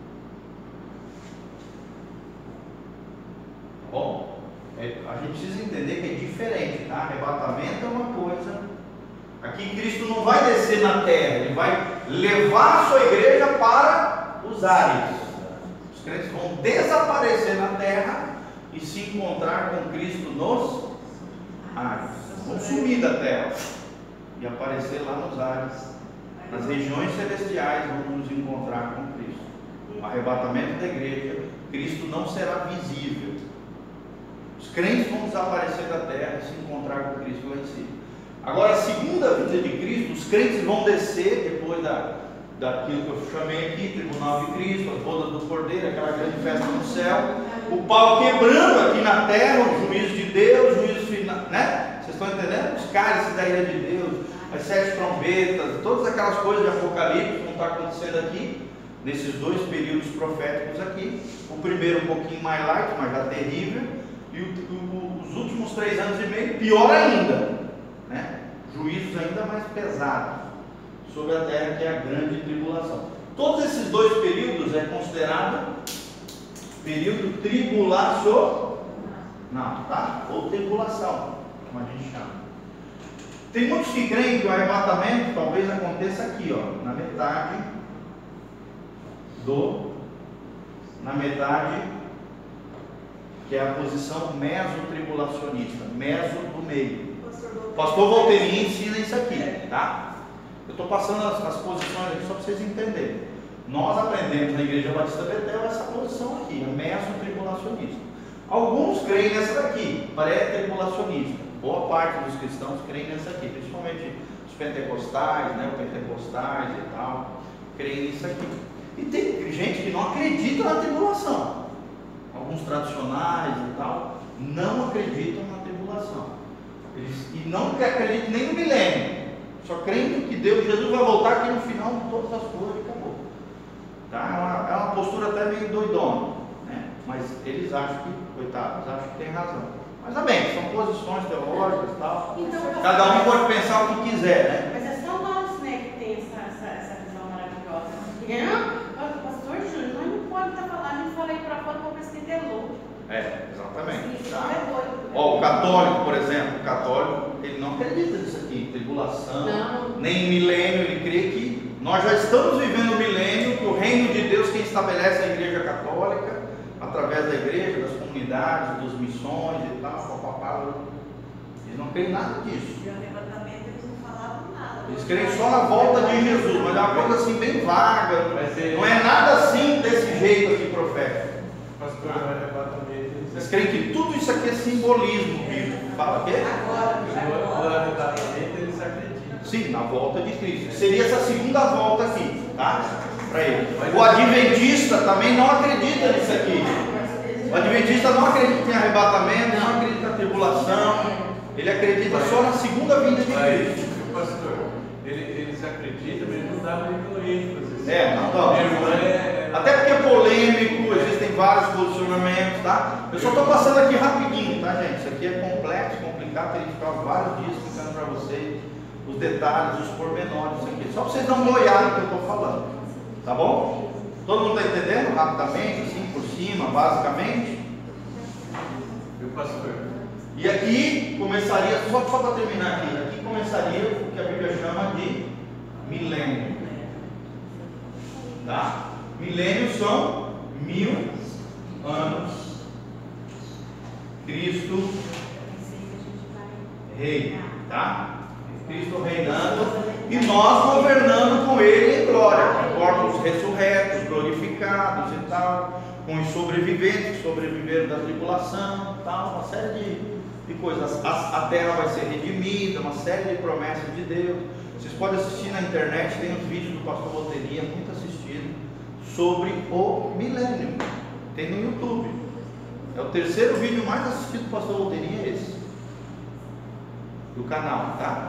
Tá bom? É, a gente precisa entender que é diferente, tá? Arrebatamento é uma coisa. Aqui Cristo não vai descer na terra, Ele vai levar a sua igreja para os ares. Os crentes vão desaparecer na terra e se encontrar com Cristo nos ares. Vão sumir da terra e aparecer lá nos ares. Nas regiões celestiais vamos nos encontrar com Cristo. O arrebatamento da igreja, Cristo não será visível. Os crentes vão desaparecer da terra e se encontrar com Cristo lá em cima. Agora, a segunda vinda de Cristo, os crentes vão descer depois da, daquilo que eu chamei aqui, tribunal de Cristo, as bodas do Cordeiro, aquela grande festa no céu, o pau quebrando aqui na terra, o juízo de Deus, o juízo final, né? Vocês estão entendendo? Os cálices da ira de Deus, as sete trombetas, todas aquelas coisas de Apocalipse que vão estar acontecendo aqui, nesses dois períodos proféticos aqui. O primeiro um pouquinho mais light, mas já terrível, e o, o, os últimos três anos e meio, pior ainda, né? Juízos ainda mais pesados sobre a terra, que é a grande tribulação. Todos esses dois períodos é considerado período tribulacional, tá? Ou tribulação, como a gente chama. Tem muitos que creem que o arrebatamento talvez aconteça aqui, ó, na metade do, na metade, que é a posição mesotribulacionista, meso do meio. O pastor Volteirinho ensina isso aqui, tá? Eu estou passando as, as posições aqui só para vocês entenderem. Nós aprendemos na Igreja Batista Betel essa posição aqui, a mesotribulacionista. Alguns creem nessa daqui, pré-tribulacionista. Boa parte dos cristãos creem nessa aqui, principalmente os pentecostais, né, os pentecostais e tal, creem nisso aqui. E tem gente que não acredita na tribulação. Alguns tradicionais e tal não acreditam na tribulação. Eles, e não acreditam nem no milênio. Só creem que Deus, Jesus vai voltar aqui no final de todas as coisas e acabou. Tá? É, uma, é uma postura até meio doidona, né? Mas eles acham que, coitados, acham que tem razão. Mas amém, são posições teológicas e tal. Então, cada um pode pensar o que quiser, né? Mas é só nós, né, que tem essa, essa, essa visão maravilhosa. Porque, não, pastor Júnior, nós não pode estar falando, a gente fala aí para fora, para que é louco. É, exatamente. Isso, tá? é doido. Ó, o católico, por exemplo, o católico, ele não acredita nisso aqui, tribulação, não. nem milênio, ele crê que nós já estamos vivendo o milênio, que o reino de Deus, quem estabelece é a Igreja Católica, através da igreja, das comunidades, das missões e tal, papapá. Eles não creem nada disso. E o arrebatamento eles não falavam nada. Eles creem só na volta de Jesus, mas é uma coisa assim bem vaga, não é nada assim desse jeito aqui profético. Pastor, o arrebatamento. Eles creem que tudo isso aqui é simbolismo bíblico. Fala o quê? Agora, O arrebatamento eles acreditam. Sim, na volta de Cristo. Seria essa segunda volta aqui, tá? Para ele. O adventista também não acredita nisso aqui. O adventista não acredita em arrebatamento, não acredita na tribulação. Ele acredita só na segunda vinda de Cristo. Mas, pastor, eles acreditam, mas não dá muito ênfase. É, não dá. Até porque é polêmico, existem vários posicionamentos, tá? Eu só estou passando aqui rapidinho, tá, gente? Isso aqui é complexo, complicado, teria que ficar vários dias explicando para vocês os detalhes, os pormenores aqui. Só para vocês não olharem o que eu estou falando, tá bom? Todo mundo está entendendo rapidamente, assim, por cima, basicamente? Meu pastor. E aqui começaria, só, só para terminar aqui, aqui começaria o que a Bíblia chama de milênio. Tá? Milênios são mil anos. Cristo rei, tá? Cristo reinando e nós governando com Ele em glória, com corpos ressurretos, glorificados e tal, com os sobreviventes que sobreviveram da tribulação, tal, uma série de, de coisas. A, a terra vai ser redimida, uma série de promessas de Deus. Vocês podem assistir na internet, tem uns vídeos do pastor Volteirinho, muito assistido, sobre o milênio. Tem no YouTube. É o terceiro vídeo mais assistido do pastor Volteirinho, é esse. Do canal, tá?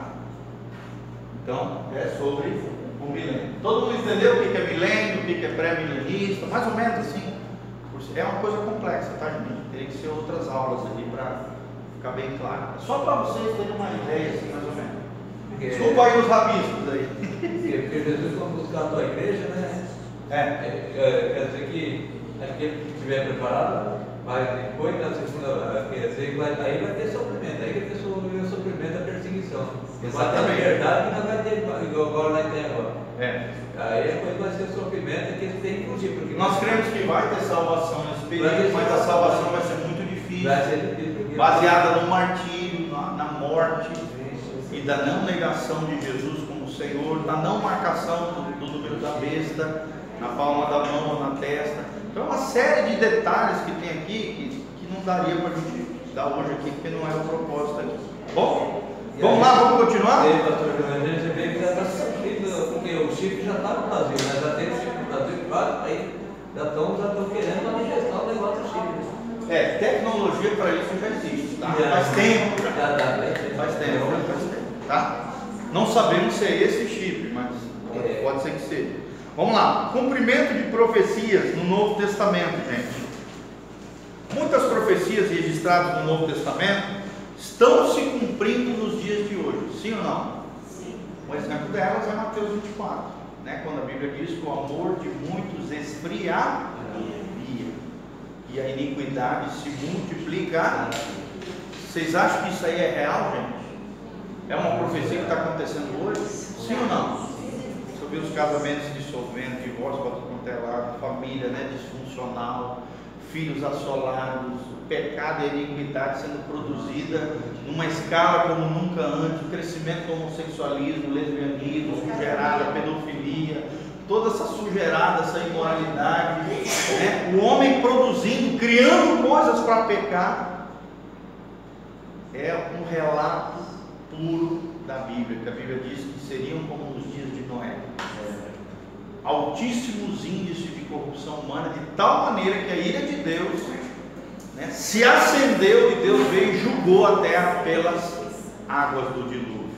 Então, é sobre o milênio. Todo mundo entendeu o que é milênio, o que é pré-milenista, mais ou menos assim. É uma coisa complexa, tá, gente? Teria que ser outras aulas aqui para ficar bem claro. Só para vocês terem uma ideia, assim, mais ou menos. Desculpa aí os rabiscos aí. Porque Jesus vai buscar a tua igreja, né? É. É, é, quer dizer que aquele que estiver preparado, vai depois da segunda, quer dizer que vai, aí vai ter sofrimento, aí vai ter o sofrimento da perseguição. Exatamente. Vai ter verdade que não vai ter igual agora nós temos agora. É. Aí depois vai ser sofrimento que eles têm que fugir. Porque Nós cremos que vai ter salvação nesse período, mas a salvação vai ser muito difícil. vai ser difícil. Baseada no martírio, na, na morte e da não negação de Jesus como Senhor, na não marcação do, do número da besta na palma da mão ou na testa. Então é uma série de detalhes que tem aqui que, que não daria para a gente dar hoje aqui, porque não é o propósito aqui. Bom, e vamos aí, lá, vamos continuar? E aí, pastor, a gente vê que já está sofrendo, porque o chip já está no Brasil, né? Já tem o chip no Brasil, vários países já estão já estão querendo a digestão do negócio do chip. É, tecnologia para isso já existe, tá? Já, faz tempo já. Já dá, né? Faz tempo, faz tempo, tá? Não sabemos se é esse chip, mas é. Pode ser que seja. Vamos lá, cumprimento de profecias no Novo Testamento, gente. Muitas profecias registradas no Novo Testamento estão se cumprindo nos dias de hoje, sim ou não? Sim. Um exemplo delas é Mateus vinte e quatro, né? Quando a Bíblia diz que o amor de muitos esfriaria e a iniquidade se multiplicar. Vocês acham que isso aí é real, gente? É uma profecia que está acontecendo hoje? Sim ou não? Sobre os casamentos de dissolvendo, divórcio para tudo quanto é lado, família, né, disfuncional, filhos assolados, o pecado e a iniquidade sendo produzida numa escala como nunca antes, o crescimento do homossexualismo, lesbianismo, sujeirada, pedofilia, toda essa sujeirada, essa imoralidade, né? O homem produzindo, criando coisas para pecar, é um relato puro da Bíblia, que a Bíblia diz que seriam como nos dias de Noé. Altíssimos índices de corrupção humana, de tal maneira que a ira de Deus, né, se acendeu e Deus veio e julgou a terra pelas águas do dilúvio.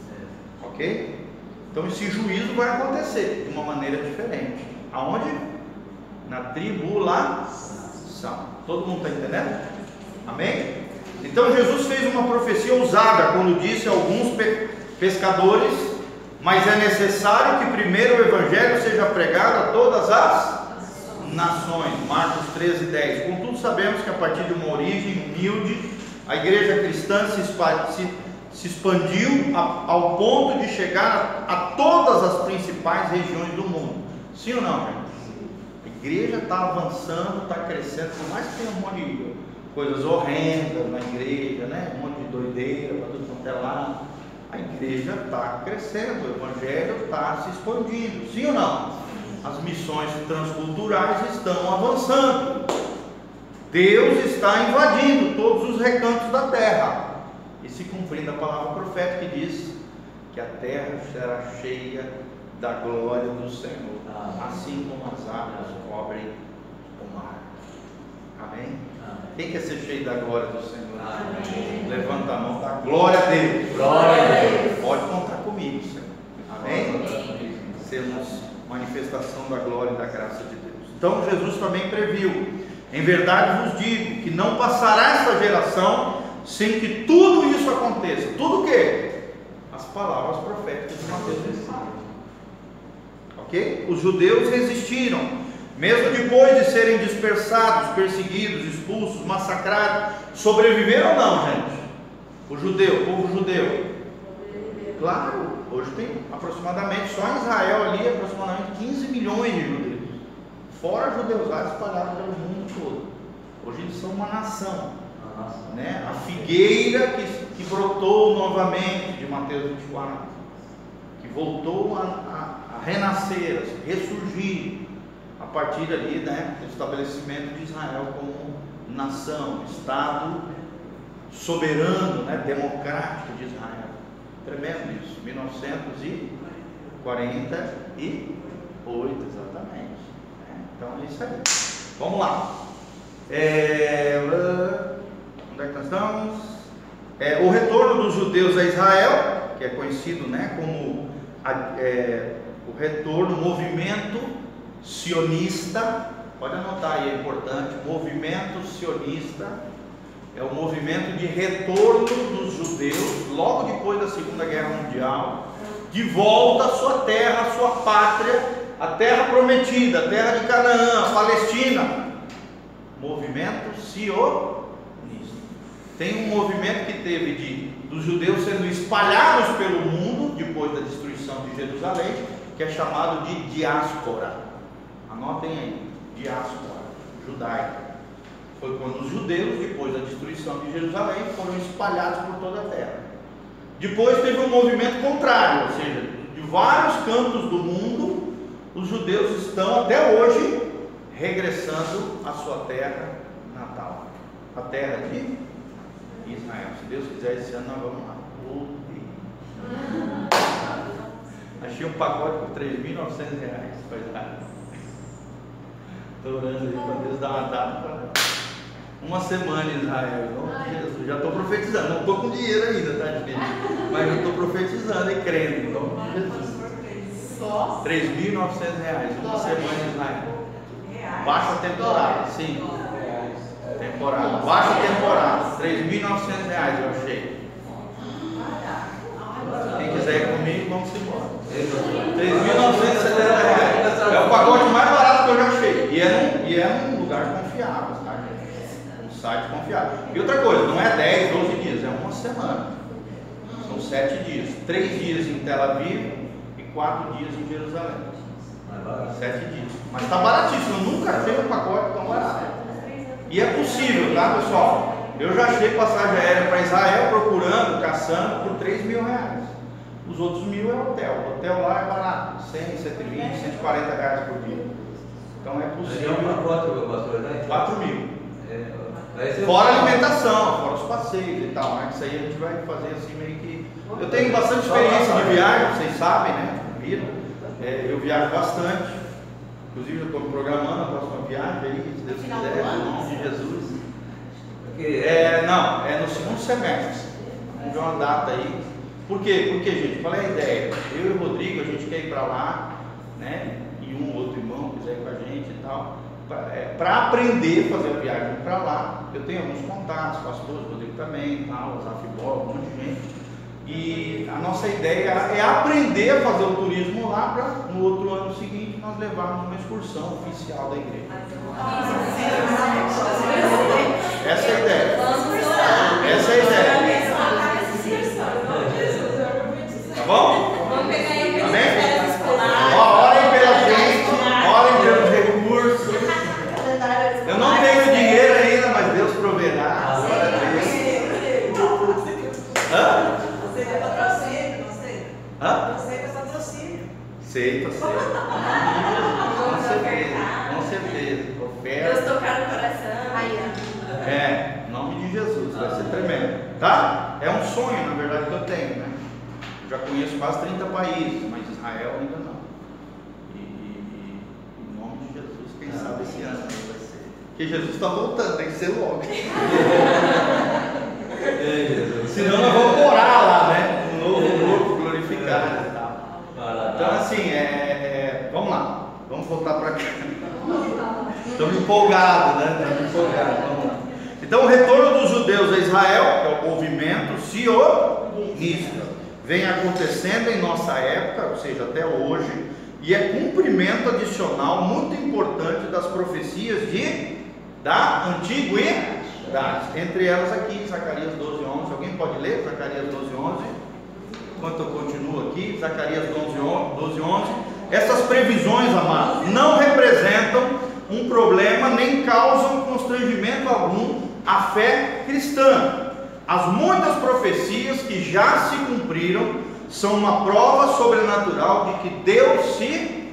Ok? Então esse juízo vai acontecer de uma maneira diferente. Aonde? Na tribulação. Todo mundo está entendendo? Amém? Então Jesus fez uma profecia ousada quando disse a alguns pe pescadores: mas é necessário que primeiro o Evangelho seja pregado a todas as nações. Marcos treze, dez. Contudo, sabemos que a partir de uma origem humilde, a igreja cristã se, se, se expandiu a, ao ponto de chegar a, a todas as principais regiões do mundo. Sim ou não, gente? A igreja está avançando, está crescendo, por mais que tenha um monte de coisas horrendas na igreja, né? Um monte de doideira para tudo quanto é lado. A igreja está crescendo, o Evangelho está se expandindo, sim ou não? As missões transculturais estão avançando, Deus está invadindo todos os recantos da terra, e se cumprindo a palavra profética que diz que a terra será cheia da glória do Senhor, assim como as águas cobrem o mar. Amém? Quem quer ser cheio da glória do Senhor? Amém. Levanta a mão, dá glória a Deus. Glória a Deus. Pode contar comigo, Senhor. Amém? Amém. Sermos manifestação da glória e da graça de Deus. Então Jesus também previu: em verdade vos digo que não passará esta geração sem que tudo isso aconteça. Tudo o quê? As palavras proféticas de Mateus vinte e cinco. Ok? Os judeus resistiram. Mesmo depois de serem dispersados, perseguidos, expulsos, massacrados, sobreviveram ou não, gente? O judeu, o povo judeu. Claro, hoje tem aproximadamente, só em Israel ali, aproximadamente quinze milhões de judeus. Fora judeus lá espalhados pelo mundo todo. Hoje eles são uma nação. Né? A figueira que, que brotou novamente, de Mateus vinte e quatro, que voltou a, a, a renascer, a ressurgir, a partir ali, né, do estabelecimento de Israel como nação, Estado soberano, né, democrático de Israel. Tremendo isso, mil novecentos e quarenta e oito, exatamente. É, então é isso aí. Vamos lá. É, onde é que nós estamos? É, o retorno dos judeus a Israel, que é conhecido, né, como a, é, o retorno, o movimento sionista, pode anotar aí, é importante, movimento sionista, é o movimento de retorno dos judeus, logo depois da Segunda Guerra Mundial, de volta à sua terra, à sua pátria, a terra prometida, a terra de Canaã, a Palestina. Movimento sionista. Tem um movimento que teve de, dos judeus sendo espalhados pelo mundo, depois da destruição de Jerusalém, que é chamado de diáspora. Anotem aí, diáspora judaica. Foi quando os judeus, depois da destruição de Jerusalém, foram espalhados por toda a terra. Depois teve um movimento contrário, ou seja, de vários cantos do mundo, os judeus estão até hoje regressando à sua terra natal, a terra de Israel. Se Deus quiser, esse ano nós vamos lá. Achei um pacote por três mil e novecentos reais para Israel. Estou orando aí para Deus dar uma data para uma semana em Israel. Em nome de Jesus. Já estou profetizando. Não estou com dinheiro ainda, tá, gente? Mas eu estou profetizando e crendo. Em nome de Jesus. Só? três mil e novecentos reais. Uma semana em Israel. Baixa temporada. Sim. Temporada. Baixa temporada. três mil e novecentos reais eu achei. Quem quiser ir comigo, vamos embora. três mil e novecentos e setenta reais. É o pacote mais barato que eu já achei. E é num, e é num lugar confiável, tá, gente? Um site confiável. E outra coisa, não é dez, doze dias, é uma semana. São sete dias. três dias em Tel Aviv e quatro dias em Jerusalém. Sete dias. Mas está baratíssimo, eu nunca achei um pacote tão barato. E é possível, tá, pessoal? Eu já achei passagem aérea para Israel procurando, caçando por três mil reais. Os outros mil é hotel. O hotel lá é barato, cem, cento e vinte, cento e quarenta reais por dia. Então é possível. É um pacote, meu pastor, né? quatro mil. É, fora a alimentação, fora os passeios e tal, né? Isso aí a gente vai fazer assim meio que. Eu tenho bastante experiência de viagem, vocês sabem, né? Viram? É, eu viajo bastante. Inclusive eu estou me programando a próxima viagem aí, se Deus quiser, em nome de Jesus. É, não, é no segundo semestre. Vamos ver uma data aí. Por quê? Porque, gente, qual é a ideia? Eu e o Rodrigo, a gente quer ir para lá, né? E um outro irmão quiser ir com a gente e tal. Para é, aprender a fazer a viagem para lá. Eu tenho alguns contatos, pastores, o Rodrigo também, tal, o Zafibol, um monte de gente. E a nossa ideia é aprender a fazer o turismo lá para no outro ano seguinte nós levarmos uma excursão oficial da igreja. Essa é a ideia. Essa é a ideia. Tá bom? Amém? Orem pela gente, orem pelos recursos. Eu não tenho dinheiro ainda, mas Deus proverá. Glória a Deus. Hã? Hã? Sei, tá certo. Com certeza, com certeza. Oferta. Deus tocar no coração. Aí, É, em nome de Jesus, vai ser tremendo. Tá? É um sonho, na verdade, que eu tenho, né? Eu já conheço quase trinta países, mas Israel ainda não. E, e, e em nome de Jesus, quem ah, sabe esse ano vai ser. Porque Jesus está voltando, tem que ser logo. Senão nós vamos morar lá, né? Um novo corpo glorificado e tal. Então, assim, é, é, vamos lá, vamos voltar para cá. Estamos empolgados, né? Estamos empolgados, vamos lá. Então, o retorno dos judeus a Israel, que é o movimento sionista, vem acontecendo em nossa época, ou seja, até hoje, e é cumprimento adicional muito importante das profecias de, da antiguidade. Entre elas aqui, Zacarias doze, onze. Alguém pode ler Zacarias doze, onze? Enquanto eu continuo aqui, Zacarias doze, onze. Essas previsões, amados, não representam um problema nem causam constrangimento algum à fé cristã. As muitas profecias que já se cumpriram são uma prova sobrenatural de que Deus se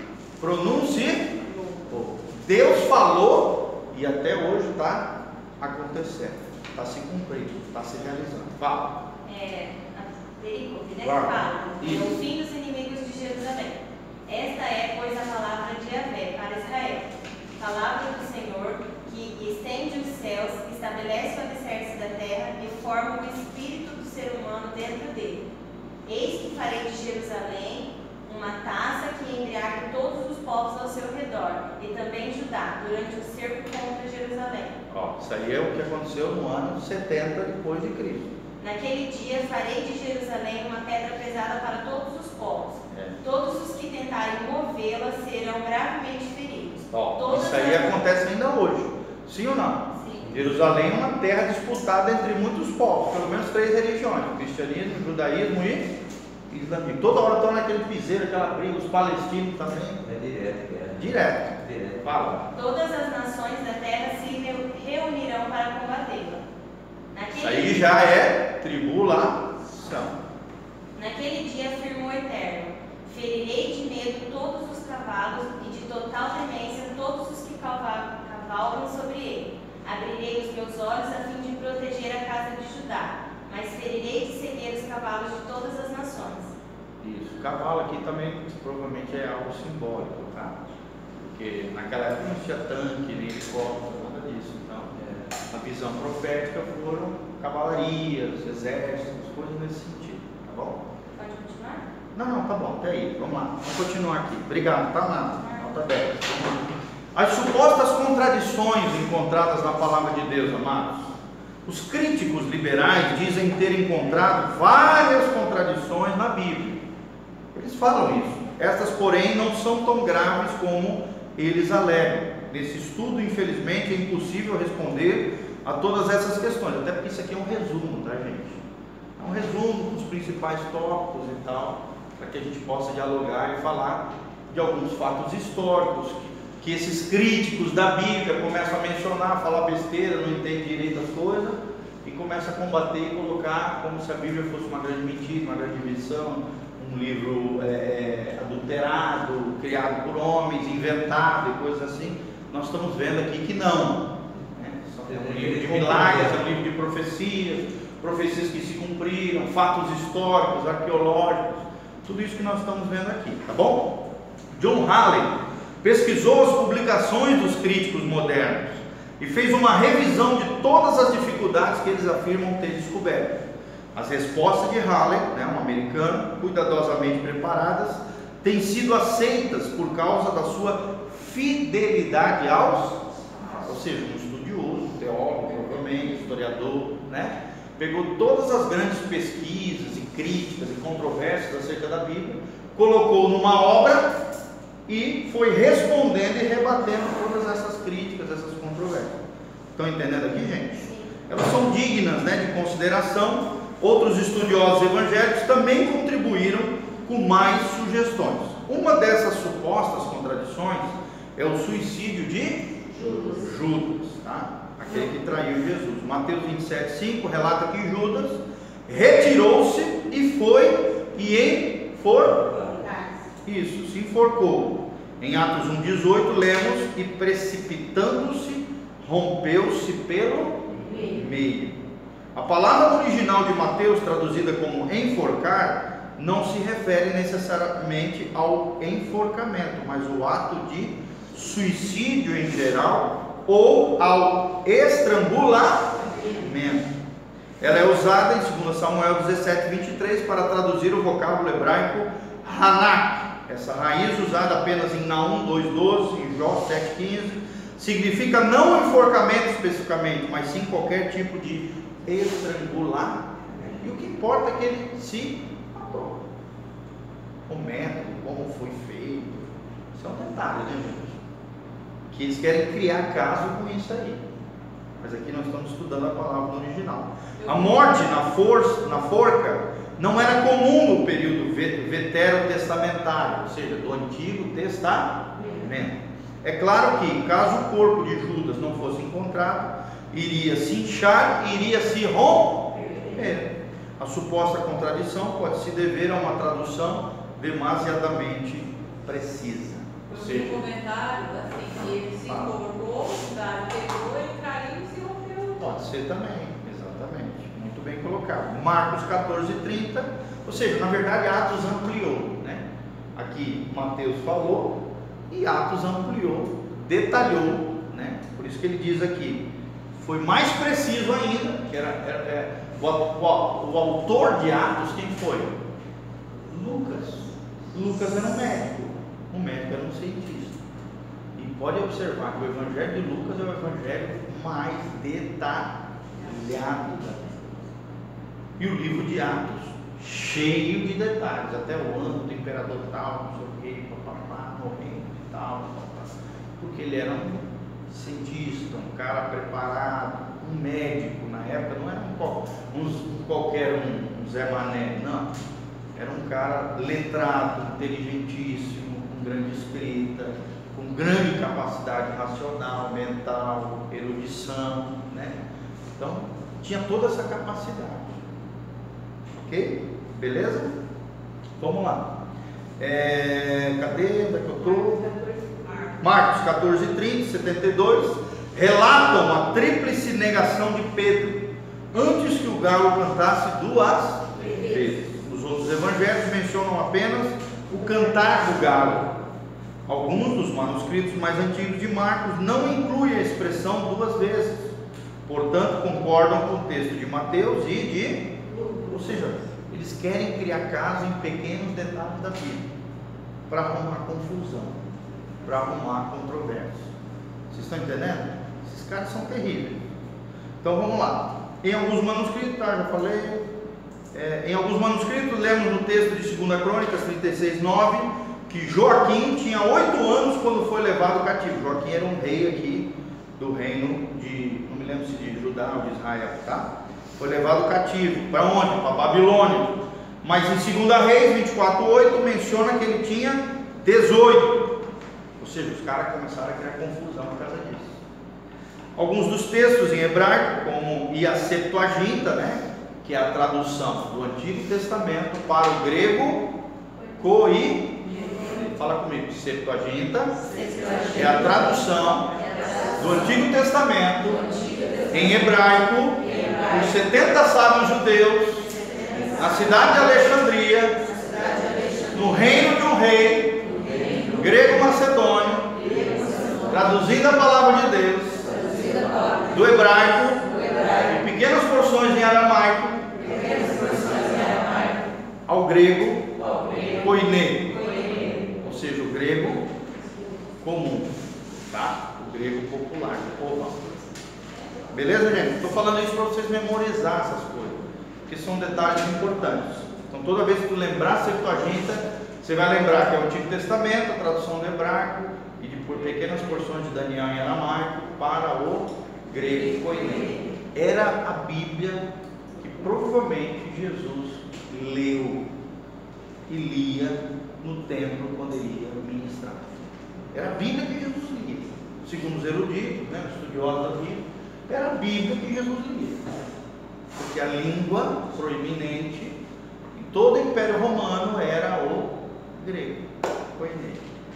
pronunciou. Deus falou e até hoje está acontecendo, está se cumprindo, está se realizando. Fala. É, a perícope, né? Claro. Fala. É Isso. o fim dos inimigos de Jerusalém. Esta é, pois, a palavra de Yahvé para Israel. Palavra do Senhor, que estende os céus, estabelece o alicerce da terra e forma o espírito do ser humano dentro dele. Eis que farei de Jerusalém uma taça que embriague todos os povos ao seu redor, e também Judá, durante o cerco contra Jerusalém. Ó, isso aí é o que aconteceu no ano setenta depois de Cristo. Naquele dia farei de Jerusalém uma pedra pesada para todos os povos. É. Todos os que tentarem movê-la serão gravemente feridos. Ó, Todas isso aí as... acontece ainda hoje. Sim ou não? Sim. Jerusalém é uma terra disputada entre muitos povos, pelo menos três religiões: cristianismo, judaísmo e islamismo. Toda hora estão naquele piseiro, aquela briga, os palestinos também. É direto, é. Direto. Direto. Fala. Todas as nações da terra se reunirão para combatê-la. Naquele... Isso aí já é tribulação. Naquele dia afirmou o Eterno: ferirei de medo todos os cavalos e de total demência todos os que cavalgam sobre ele. Abrirei os meus olhos a fim de proteger a casa de Judá, mas ferirei de cegueira os cavalos de todas as nações. Isso. O cavalo aqui também provavelmente é algo simbólico, tá? Porque naquela época não tinha tanque, nem helicóptero, nada disso. Então, é, a visão profética foram cavalarias, exércitos, coisas nesse sentido, tá bom? Pode continuar? Não, não, tá bom, até aí, vamos lá, vamos continuar aqui. Obrigado, tá nada, nota dez. As supostas contradições encontradas na palavra de Deus, amados. Os críticos liberais dizem ter encontrado várias contradições na Bíblia. Eles falam isso. Estas, porém, não são tão graves como eles alegam. Nesse estudo, infelizmente, é impossível responder a todas essas questões, até porque isso aqui é um resumo, tá, gente? É um resumo dos principais tópicos e tal, para que a gente possa dialogar e falar de alguns fatos históricos, que, que esses críticos da Bíblia começam a mencionar, falar besteira, não entendem direito as coisas, e começam a combater e colocar como se a Bíblia fosse uma grande mentira, uma grande invenção, um livro é, adulterado, criado por homens, inventado e coisas assim. Nós estamos vendo aqui que não. É um livro de milagres, é um livro de profecias, profecias que se cumpriram, fatos históricos, arqueológicos, tudo isso que nós estamos vendo aqui, tá bom? John Halley pesquisou as publicações dos críticos modernos e fez uma revisão de todas as dificuldades que eles afirmam ter descoberto. As respostas de Halley, né, um americano, cuidadosamente preparadas, têm sido aceitas por causa da sua fidelidade aos, ou seja, um estudioso, teólogo, provavelmente, historiador, né? Pegou todas as grandes pesquisas e críticas e controvérsias acerca da Bíblia, colocou numa obra e foi respondendo e rebatendo todas essas críticas, essas controvérsias. Estão entendendo aqui, gente? Elas são dignas, né, de consideração. Outros estudiosos evangélicos também contribuíram com mais sugestões. Uma dessas supostas contradições é o suicídio de Judas, Judas, tá? Aquele que traiu Jesus. Mateus vinte e sete, cinco relata que Judas retirou-se e foi e enforcou. Isso, se enforcou. Em Atos um, dezoito, lemos: e precipitando-se, rompeu-se pelo meio. A palavra original de Mateus, traduzida como enforcar, não se refere necessariamente ao enforcamento, mas ao ato de suicídio em geral, ou ao estrangulamento. Ela é usada em dois Samuel dezessete, vinte e três para traduzir o vocábulo hebraico Hanak. Essa raiz, usada apenas em Naum dois, doze, em Jó sete, quinze, significa não enforcamento especificamente, mas sim qualquer tipo de estrangular. E o que importa é que ele se matou. O método, como foi feito, isso é um detalhe, né, gente? Que eles querem criar caso com isso aí. Mas aqui nós estamos estudando a palavra no original. A morte na, força, na forca não era comum no período veterotestamentário, ou seja, do Antigo Testamento. É claro que, caso o corpo de Judas não fosse encontrado, iria se inchar e iria se romper. A suposta contradição pode se dever a uma tradução demasiadamente precisa. Ou seja, um comentário assim, que ele se enforcou, o galho pegou, ele caiu e se rompeu. Pode ser também, exatamente. Muito bem colocado. Marcos quatorze, trinta, ou seja, na verdade Atos ampliou, né? Aqui Mateus falou e Atos ampliou, detalhou, né? Por isso que ele diz aqui, foi mais preciso ainda, que era, era, era o, o, o autor de Atos, quem foi? Lucas. Lucas era um médico, um médico era um cientista. E pode observar que o evangelho de Lucas é o evangelho mais detalhado da Bíblia. E o livro de Atos, cheio de detalhes, até o ano do imperador tal, não sei o que, papapá, morrendo e tal, papapá, porque ele era um cientista, um cara preparado, um médico na época, não era um, um, um qualquer um, um Zé Mané, não, era um cara letrado, inteligentíssimo, com grande escrita, com grande capacidade racional, mental, erudição, né? Então, tinha toda essa capacidade, ok? Beleza? Vamos lá. É, cadê? Onde é que eu estou? Marcos quatorze, trinta, setenta e dois relatam a tríplice negação de Pedro antes que o galo cantasse duas vezes. Os outros evangelhos mencionam apenas o cantar do galo. Alguns dos manuscritos mais antigos de Marcos não incluem a expressão duas vezes, portanto concordam com o texto de Mateus e de, ou seja, eles querem criar caso em pequenos detalhes da Bíblia para arrumar confusão, para arrumar controvérsia. Vocês estão entendendo? Esses caras são terríveis. Então vamos lá. Em alguns manuscritos, tá, já falei. É, em alguns manuscritos, lemos no texto de segunda Crônicas trinta e seis, nove, que Joaquim tinha oito anos quando foi levado cativo. Joaquim era um rei aqui do reino de, não me lembro se de Judá ou de Israel, tá? Foi levado cativo. Para onde? Para Babilônia. Mas em segunda Reis vinte e quatro, oito menciona que ele tinha dezoito. Ou seja, os caras começaram a criar confusão por causa disso. Alguns dos textos em hebraico, como e a Septuaginta, né, que é a tradução do Antigo Testamento para o grego, coi, fala comigo, Septuaginta é a tradução do Antigo Testamento em hebraico, os setenta sábios judeus, na cidade de Alexandria, no reino de um rei, grego macedônio, traduzindo a palavra de Deus, do hebraico, em pequenas porções em aramaico, ao grego, koiné, ou seja, o grego comum, tá? O grego popular, o povão. Beleza, gente? Estou falando isso para vocês memorizar essas coisas, que são detalhes importantes. Então, toda vez que tu lembrar a Septuaginta, você vai lembrar que é o Antigo Testamento, a tradução do hebraico e de por pequenas porções de Daniel em aramaico para o grego koiné. Era a Bíblia que provavelmente Jesus leu e lia no templo quando ele ia ministrar. Era a Bíblia que Jesus lia. Segundo os eruditos, né, os estudiosos da Bíblia, era a Bíblia que Jesus lia. Porque a língua proeminente em todo o Império Romano era o grego, koiné.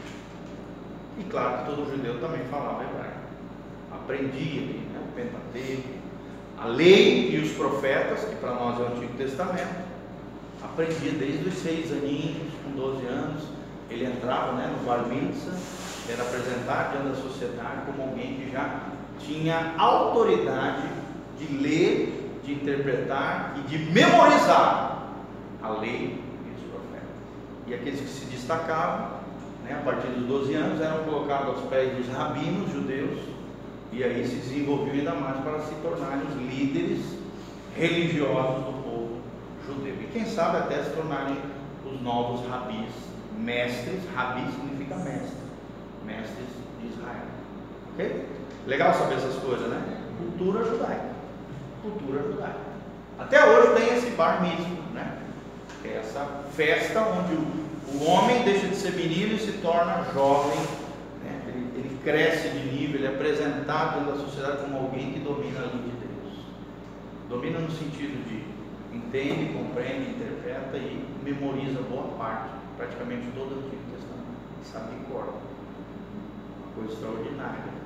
E claro que todo judeu também falava hebraico. Aprendia, né, o Pentateuco, a lei e os profetas, que para nós é o Antigo Testamento. Aprendia desde os seis aninhos, com doze anos, ele entrava, né, no bar mitzvah, era apresentado diante da sociedade como alguém que já tinha autoridade de ler, de interpretar e de memorizar a lei e os profetas. E aqueles que se destacavam, né, a partir dos doze anos, eram colocados aos pés dos rabinos judeus, e aí se desenvolviam ainda mais para se tornarem os líderes religiosos do povo judeu. E quem sabe até se tornarem os novos rabis, mestres. Rabi significa mestre, mestres de Israel. Ok? Legal saber essas coisas, né? Cultura judaica. Cultura judaica. Até hoje tem esse bar mitzvah, né? Que é essa festa onde o, o homem deixa de ser menino e se torna jovem, né? Ele, ele cresce de nível, ele é apresentado dentro da sociedade como alguém que domina a lei de Deus. Domina no sentido de entende, compreende, interpreta e memoriza boa parte, praticamente todo o Antigo Testamento. Sabe de cor. Uma coisa extraordinária.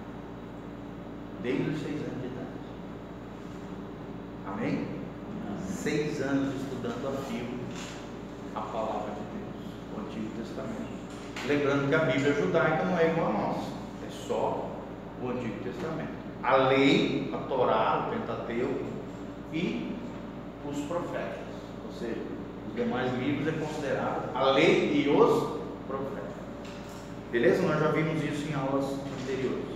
Desde os seis anos de idade. Amém? Seis anos estudando a fio a palavra de Deus, o Antigo Testamento. Lembrando que a Bíblia judaica não é igual a nossa, é só o Antigo Testamento. A lei, a Torá, o Pentateuco e os profetas, ou seja, os demais livros é considerado a lei e os profetas. Beleza? Nós já vimos isso em aulas anteriores.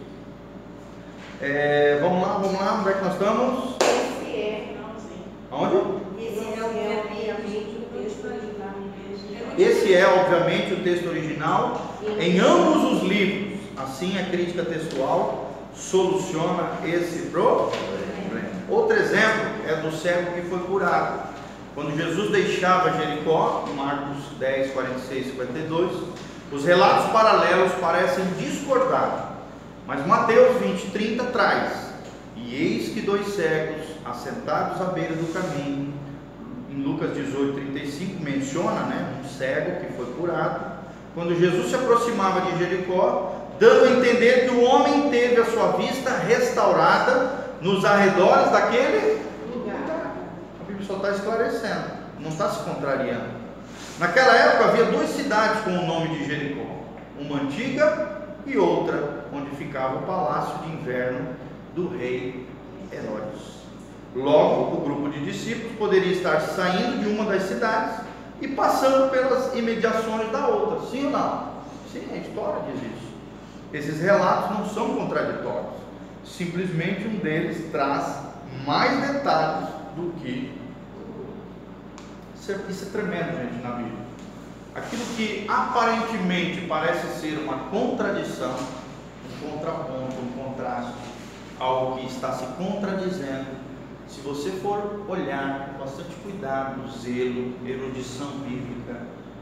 É, vamos lá, vamos lá, onde é que nós estamos? Esse é, finalzinho. Aonde? Esse é obviamente o texto original. Esse é, obviamente, o texto original em ambos os livros. Assim, a crítica textual soluciona esse problema. Outro exemplo é do cego que foi curado. Quando Jesus deixava Jericó, em Marcos dez, quarenta e seis e cinquenta e dois, os relatos paralelos parecem discordar. Mas Mateus vinte, trinta traz: e eis que dois cegos, assentados à beira do caminho. Em Lucas dezoito, trinta e cinco menciona, né, um cego que foi curado. Quando Jesus se aproximava de Jericó, dando a entender que o homem teve a sua vista restaurada nos arredores daquele lugar. A Bíblia só está esclarecendo, não está se contrariando. Naquela época havia duas cidades com o nome de Jericó, uma antiga e outra onde ficava o palácio de inverno do rei Herodes. Logo, o grupo de discípulos poderia estar saindo de uma das cidades e passando pelas imediações da outra. Sim ou não? Sim, a história diz isso. Esses relatos não são contraditórios. Simplesmente um deles traz mais detalhes do que isso é, isso é tremendo, gente, na Bíblia. Aquilo que aparentemente parece ser uma contradição, um contraponto, um contraste, algo que está se contradizendo, se você for olhar com bastante cuidado, zelo, erudição bíblica,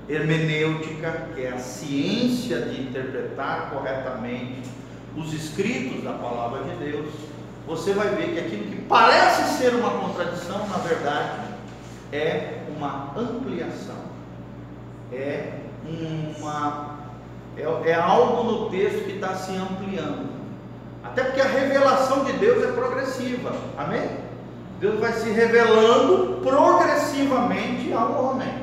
hermenêutica, que é a ciência de interpretar corretamente os escritos da palavra de Deus, você vai ver que aquilo que parece ser uma contradição, na verdade, é uma ampliação, é uma é, é algo no texto que está se ampliando, até porque a revelação de Deus é progressiva, amém? Deus vai se revelando progressivamente ao homem.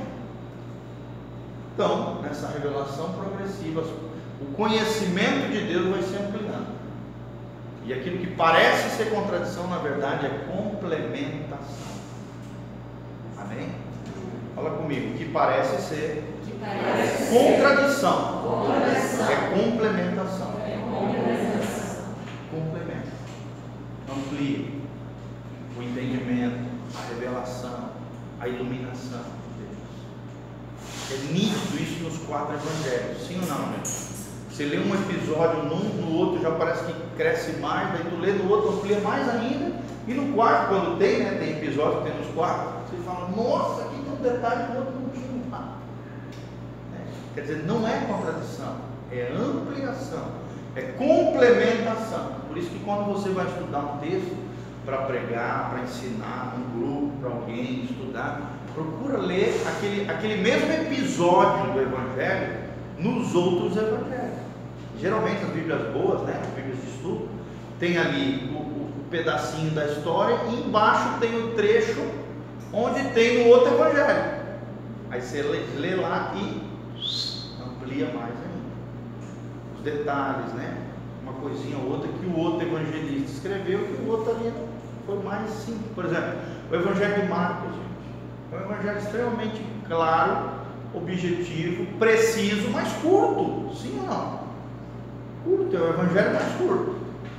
Então, nessa revelação progressiva, o conhecimento de Deus vai se ampliando. E aquilo que parece ser contradição, na verdade, é complementação. Amém? Fala comigo. O que parece ser Que parece contradição, contradição. é complementação. É complementação. Complementa. Amplia o entendimento, a revelação, a iluminação de Deus. É nítido isso nos quatro evangelhos, sim ou não, gente? Você lê um episódio num, no outro já parece que cresce mais, daí tu lê no outro, amplia mais ainda, e no quarto, quando tem, né, tem episódio que tem nos quatro, você fala, nossa, aqui tem um detalhe que o outro não tinha. É, quer dizer, não é contradição, é ampliação, é complementação. Por isso que quando você vai estudar um texto, para pregar, para ensinar, num grupo, para alguém estudar, procura ler aquele, aquele mesmo episódio do evangelho nos outros evangelhos. Geralmente as Bíblias boas, né, as Bíblias de estudo, tem ali o, o, o pedacinho da história e embaixo tem o trecho onde tem no outro evangelho. Aí você lê, lê lá e amplia mais ainda os detalhes, né? Uma coisinha ou outra que o outro evangelista escreveu que o outro ali foi mais simples. Por exemplo, o evangelho de Marcos, gente, é um evangelho extremamente claro, objetivo, preciso, mas curto, sim ou não? Curto, é o evangelho mais curto.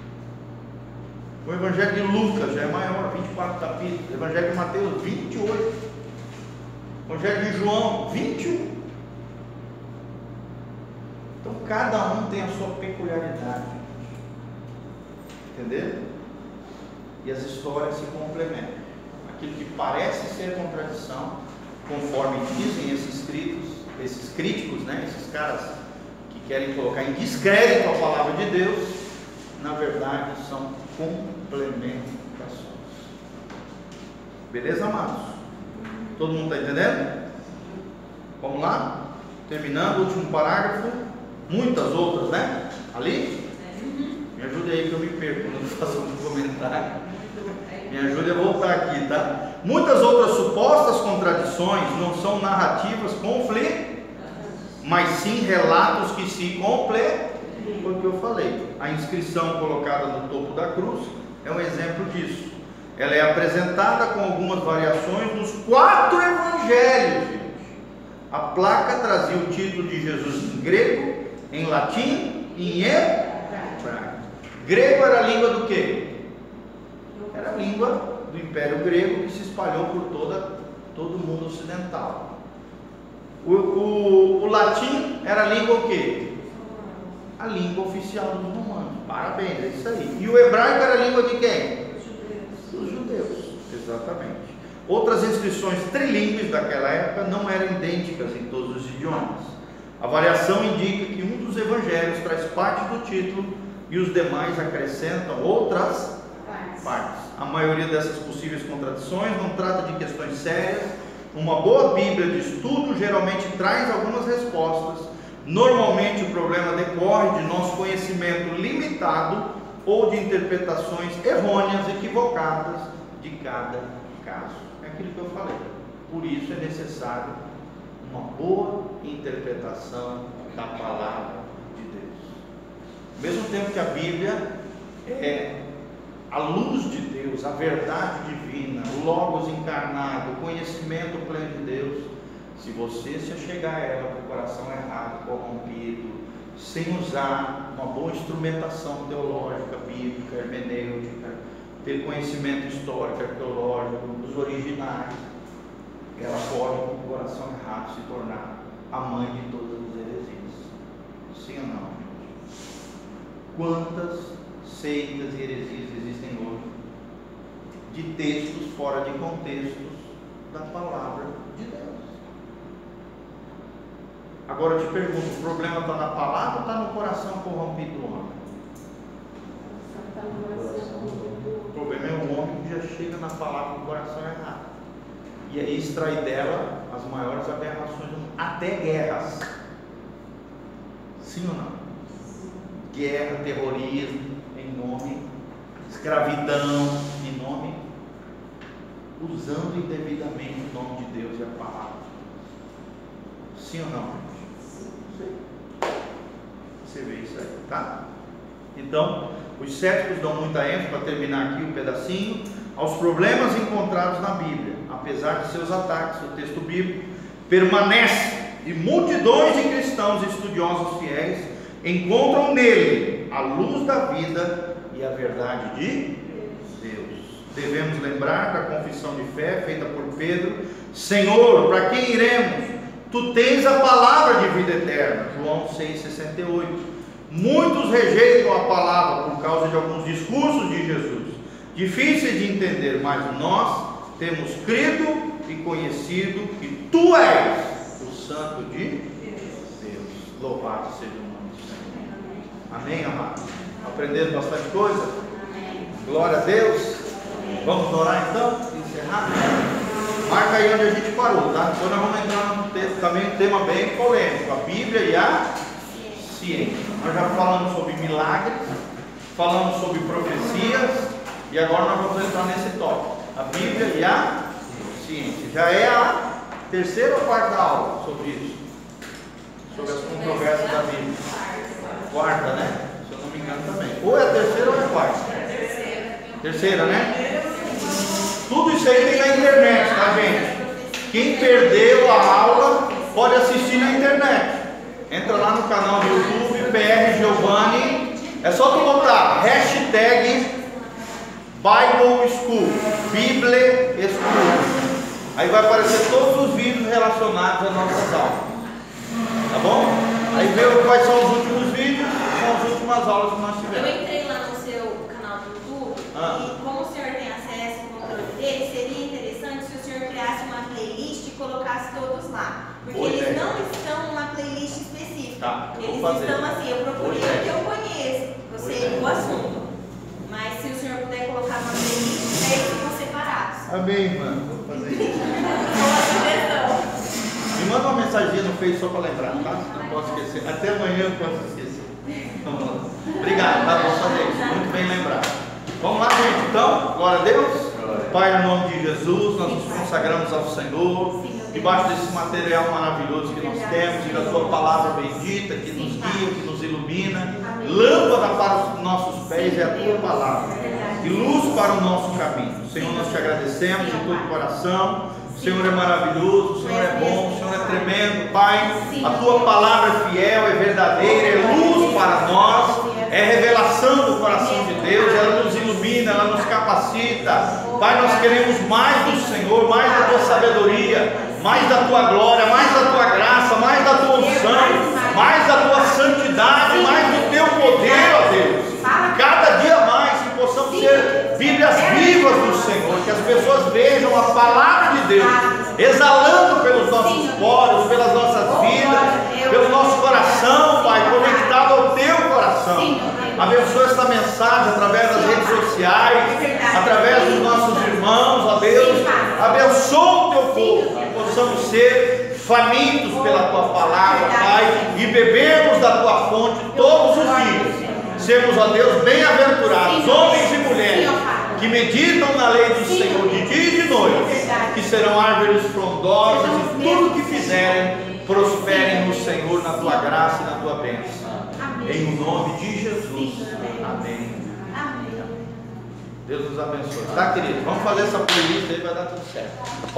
O evangelho de Lucas já é maior, vinte e quatro capítulos. O evangelho de Mateus, vinte e oito. O evangelho de João, vinte e um. Então cada um tem a sua peculiaridade, entendeu? E as histórias se complementam. Aquilo que parece ser contradição, conforme dizem esses escritos, esses críticos, né, esses caras que querem colocar em descrédito a palavra de Deus, na verdade são complementações. Beleza, amados? Todo mundo está entendendo? Vamos lá? Terminando o último parágrafo. Muitas outras, né? Ali? Me ajude aí que eu me perco quando eu faço um comentário. Me ajude a voltar aqui, tá? Muitas outras supostas contradições não são narrativas conflitos, mas sim relatos que se completam. Foi o que eu falei. A inscrição colocada no topo da cruz é um exemplo disso. Ela é apresentada com algumas variações nos quatro evangelhos, gente. A placa trazia o título de Jesus em grego, em latim e em hebraico. Grego era a língua do quê? Era a língua do Império Grego que se espalhou por toda, todo o mundo ocidental. O, o, o latim era a língua o quê? A língua oficial dos romanos. Parabéns, é isso aí. E o hebraico era a língua de quem? Dos judeus. Exatamente. Outras inscrições trilíngues daquela época não eram idênticas em todos os idiomas. A variação indica que um dos evangelhos traz parte do título e os demais acrescentam outras partes. A maioria dessas possíveis contradições não trata de questões sérias. Uma boa Bíblia de estudo geralmente traz algumas respostas. Normalmente o problema decorre de nosso conhecimento limitado ou de interpretações errôneas, equivocadas de cada caso. É aquilo que eu falei. Por isso é necessário uma boa interpretação da palavra de Deus. Ao mesmo tempo que a Bíblia é a luz de Deus, a verdade divina, o Logos encarnado, o conhecimento pleno de Deus, se você se achegar a ela com o coração errado, corrompido, sem usar uma boa instrumentação teológica, bíblica, hermenêutica, ter conhecimento histórico, arqueológico, dos originais, ela pode, com o coração errado, se tornar a mãe de todas as heresias. Sim ou não, gente? Quantas seitas e heresias existem hoje de textos fora de contextos da palavra de Deus? Agora eu te pergunto, o problema está na palavra ou está no coração corrompido do homem? O problema é o homem que já chega na palavra com o coração errado. E aí extrai dela as maiores aberrações do mundo, até guerras. Sim ou não? Guerra, terrorismo, em nome, escravidão, em nome, usando indevidamente o nome de Deus e a palavra. Sim ou não? Você vê isso aí, tá? Então, os céticos dão muita ênfase, para terminar aqui um pedacinho, aos problemas encontrados na Bíblia. Apesar de seus ataques, o texto bíblico permanece, e multidões de cristãos e estudiosos fiéis encontram nele a luz da vida e a verdade de Deus. Devemos lembrar da confissão de fé feita por Pedro: Senhor, para quem iremos? Tu tens a palavra de vida eterna. João seis, sessenta e oito. Muitos rejeitam a palavra por causa de alguns discursos de Jesus, difíceis de entender, mas nós temos crido e conhecido que Tu és o Santo de Deus. Louvado seja o nome do Senhor. Amém, amados? Aprendendo bastante coisa? Glória a Deus. Vamos orar então? Encerrar? Marca aí onde a gente parou, tá? Depois nós vamos entrar num tema, também um tema bem polêmico: a Bíblia e a ciência. Nós já falamos sobre milagres, falamos sobre profecias, e agora nós vamos entrar nesse tópico: a Bíblia e a ciência. Já é a terceira ou quarta aula sobre isso, sobre as controvérsias da Bíblia. Quarta, né? Se eu não me engano também. Ou é a terceira ou é a quarta? Terceira, né? Tudo isso aí tem na internet, tá, gente? Quem perdeu a aula pode assistir na internet. Entra lá no canal do YouTube, P R Giovanni. É só tu botar hashtag Bible School, Bíblia School. Aí vai aparecer todos os vídeos relacionados às nossas aulas. Tá bom? Aí vê quais são os últimos vídeos, são as últimas aulas que nós Eu tivemos. entrei lá no seu canal do YouTube Ah. e como o senhor tem acesso ao controle dele, seria interessante se o senhor criasse uma playlist e colocasse todos lá. Porque Boa eles ideia. não estão numa playlist específica. Tá, eu vou Eles fazer. estão assim, eu procurei Boa o que ideia. eu conheço, eu Boa sei ideia. o assunto. Mas se o senhor puder colocar uma playlist, aí eles ficam separados. Amém, mano. Vou fazer isso. Boa sugestão. Me manda uma mensagem no Face só para lembrar, tá? Não posso esquecer. Até amanhã eu posso esquecer. Vamos lá. Obrigado, tá? Vou fazer isso. Muito bem lembrado. Vamos lá, gente. Então, glória a Deus. Pai, no nome de Jesus, nós nos consagramos ao Senhor, debaixo desse material maravilhoso que nós temos, e da Tua palavra bendita, que nos guia, que nos ilumina. Lâmpada para os nossos pés é a Tua palavra, e luz para o nosso caminho. Senhor, nós te agradecemos de todo o coração. O Senhor é maravilhoso, o Senhor é bom, o Senhor é tremendo, Pai. A Tua palavra é fiel, é verdadeira, é luz para nós, é revelação do coração de Deus, ela nos ilumina, ela nos capacita. Pai, nós queremos mais do Senhor, mais da Tua sabedoria, mais da Tua glória, mais da Tua graça, mais da Tua unção, mais da Tua santidade, mais do Teu poder, ó Deus. Cada dia mais que possamos ser Bíblias vivas do Senhor, que as pessoas vejam a palavra de Deus exalando pelos nossos poros, pelas nossas vidas, pelo nosso coração, Pai, conectado ao Teu coração. Abençoa esta mensagem através das redes sociais, através dos nossos irmãos, ó Deus. Abençoa o Teu povo, que possamos ser famintos pela Tua palavra, Pai, e bebermos da Tua fonte todos os dias. Sermos, ó Deus, bem-aventurados, homens e mulheres, que meditam na lei do Senhor de dia e de noite, que serão árvores frondosas e tudo que fizerem, prosperem no Senhor, na Tua graça e na Tua bênção. Em o nome de Jesus. Amém. Deus nos abençoe. Tá, querido? Vamos fazer essa playlist aí, vai dar tudo certo.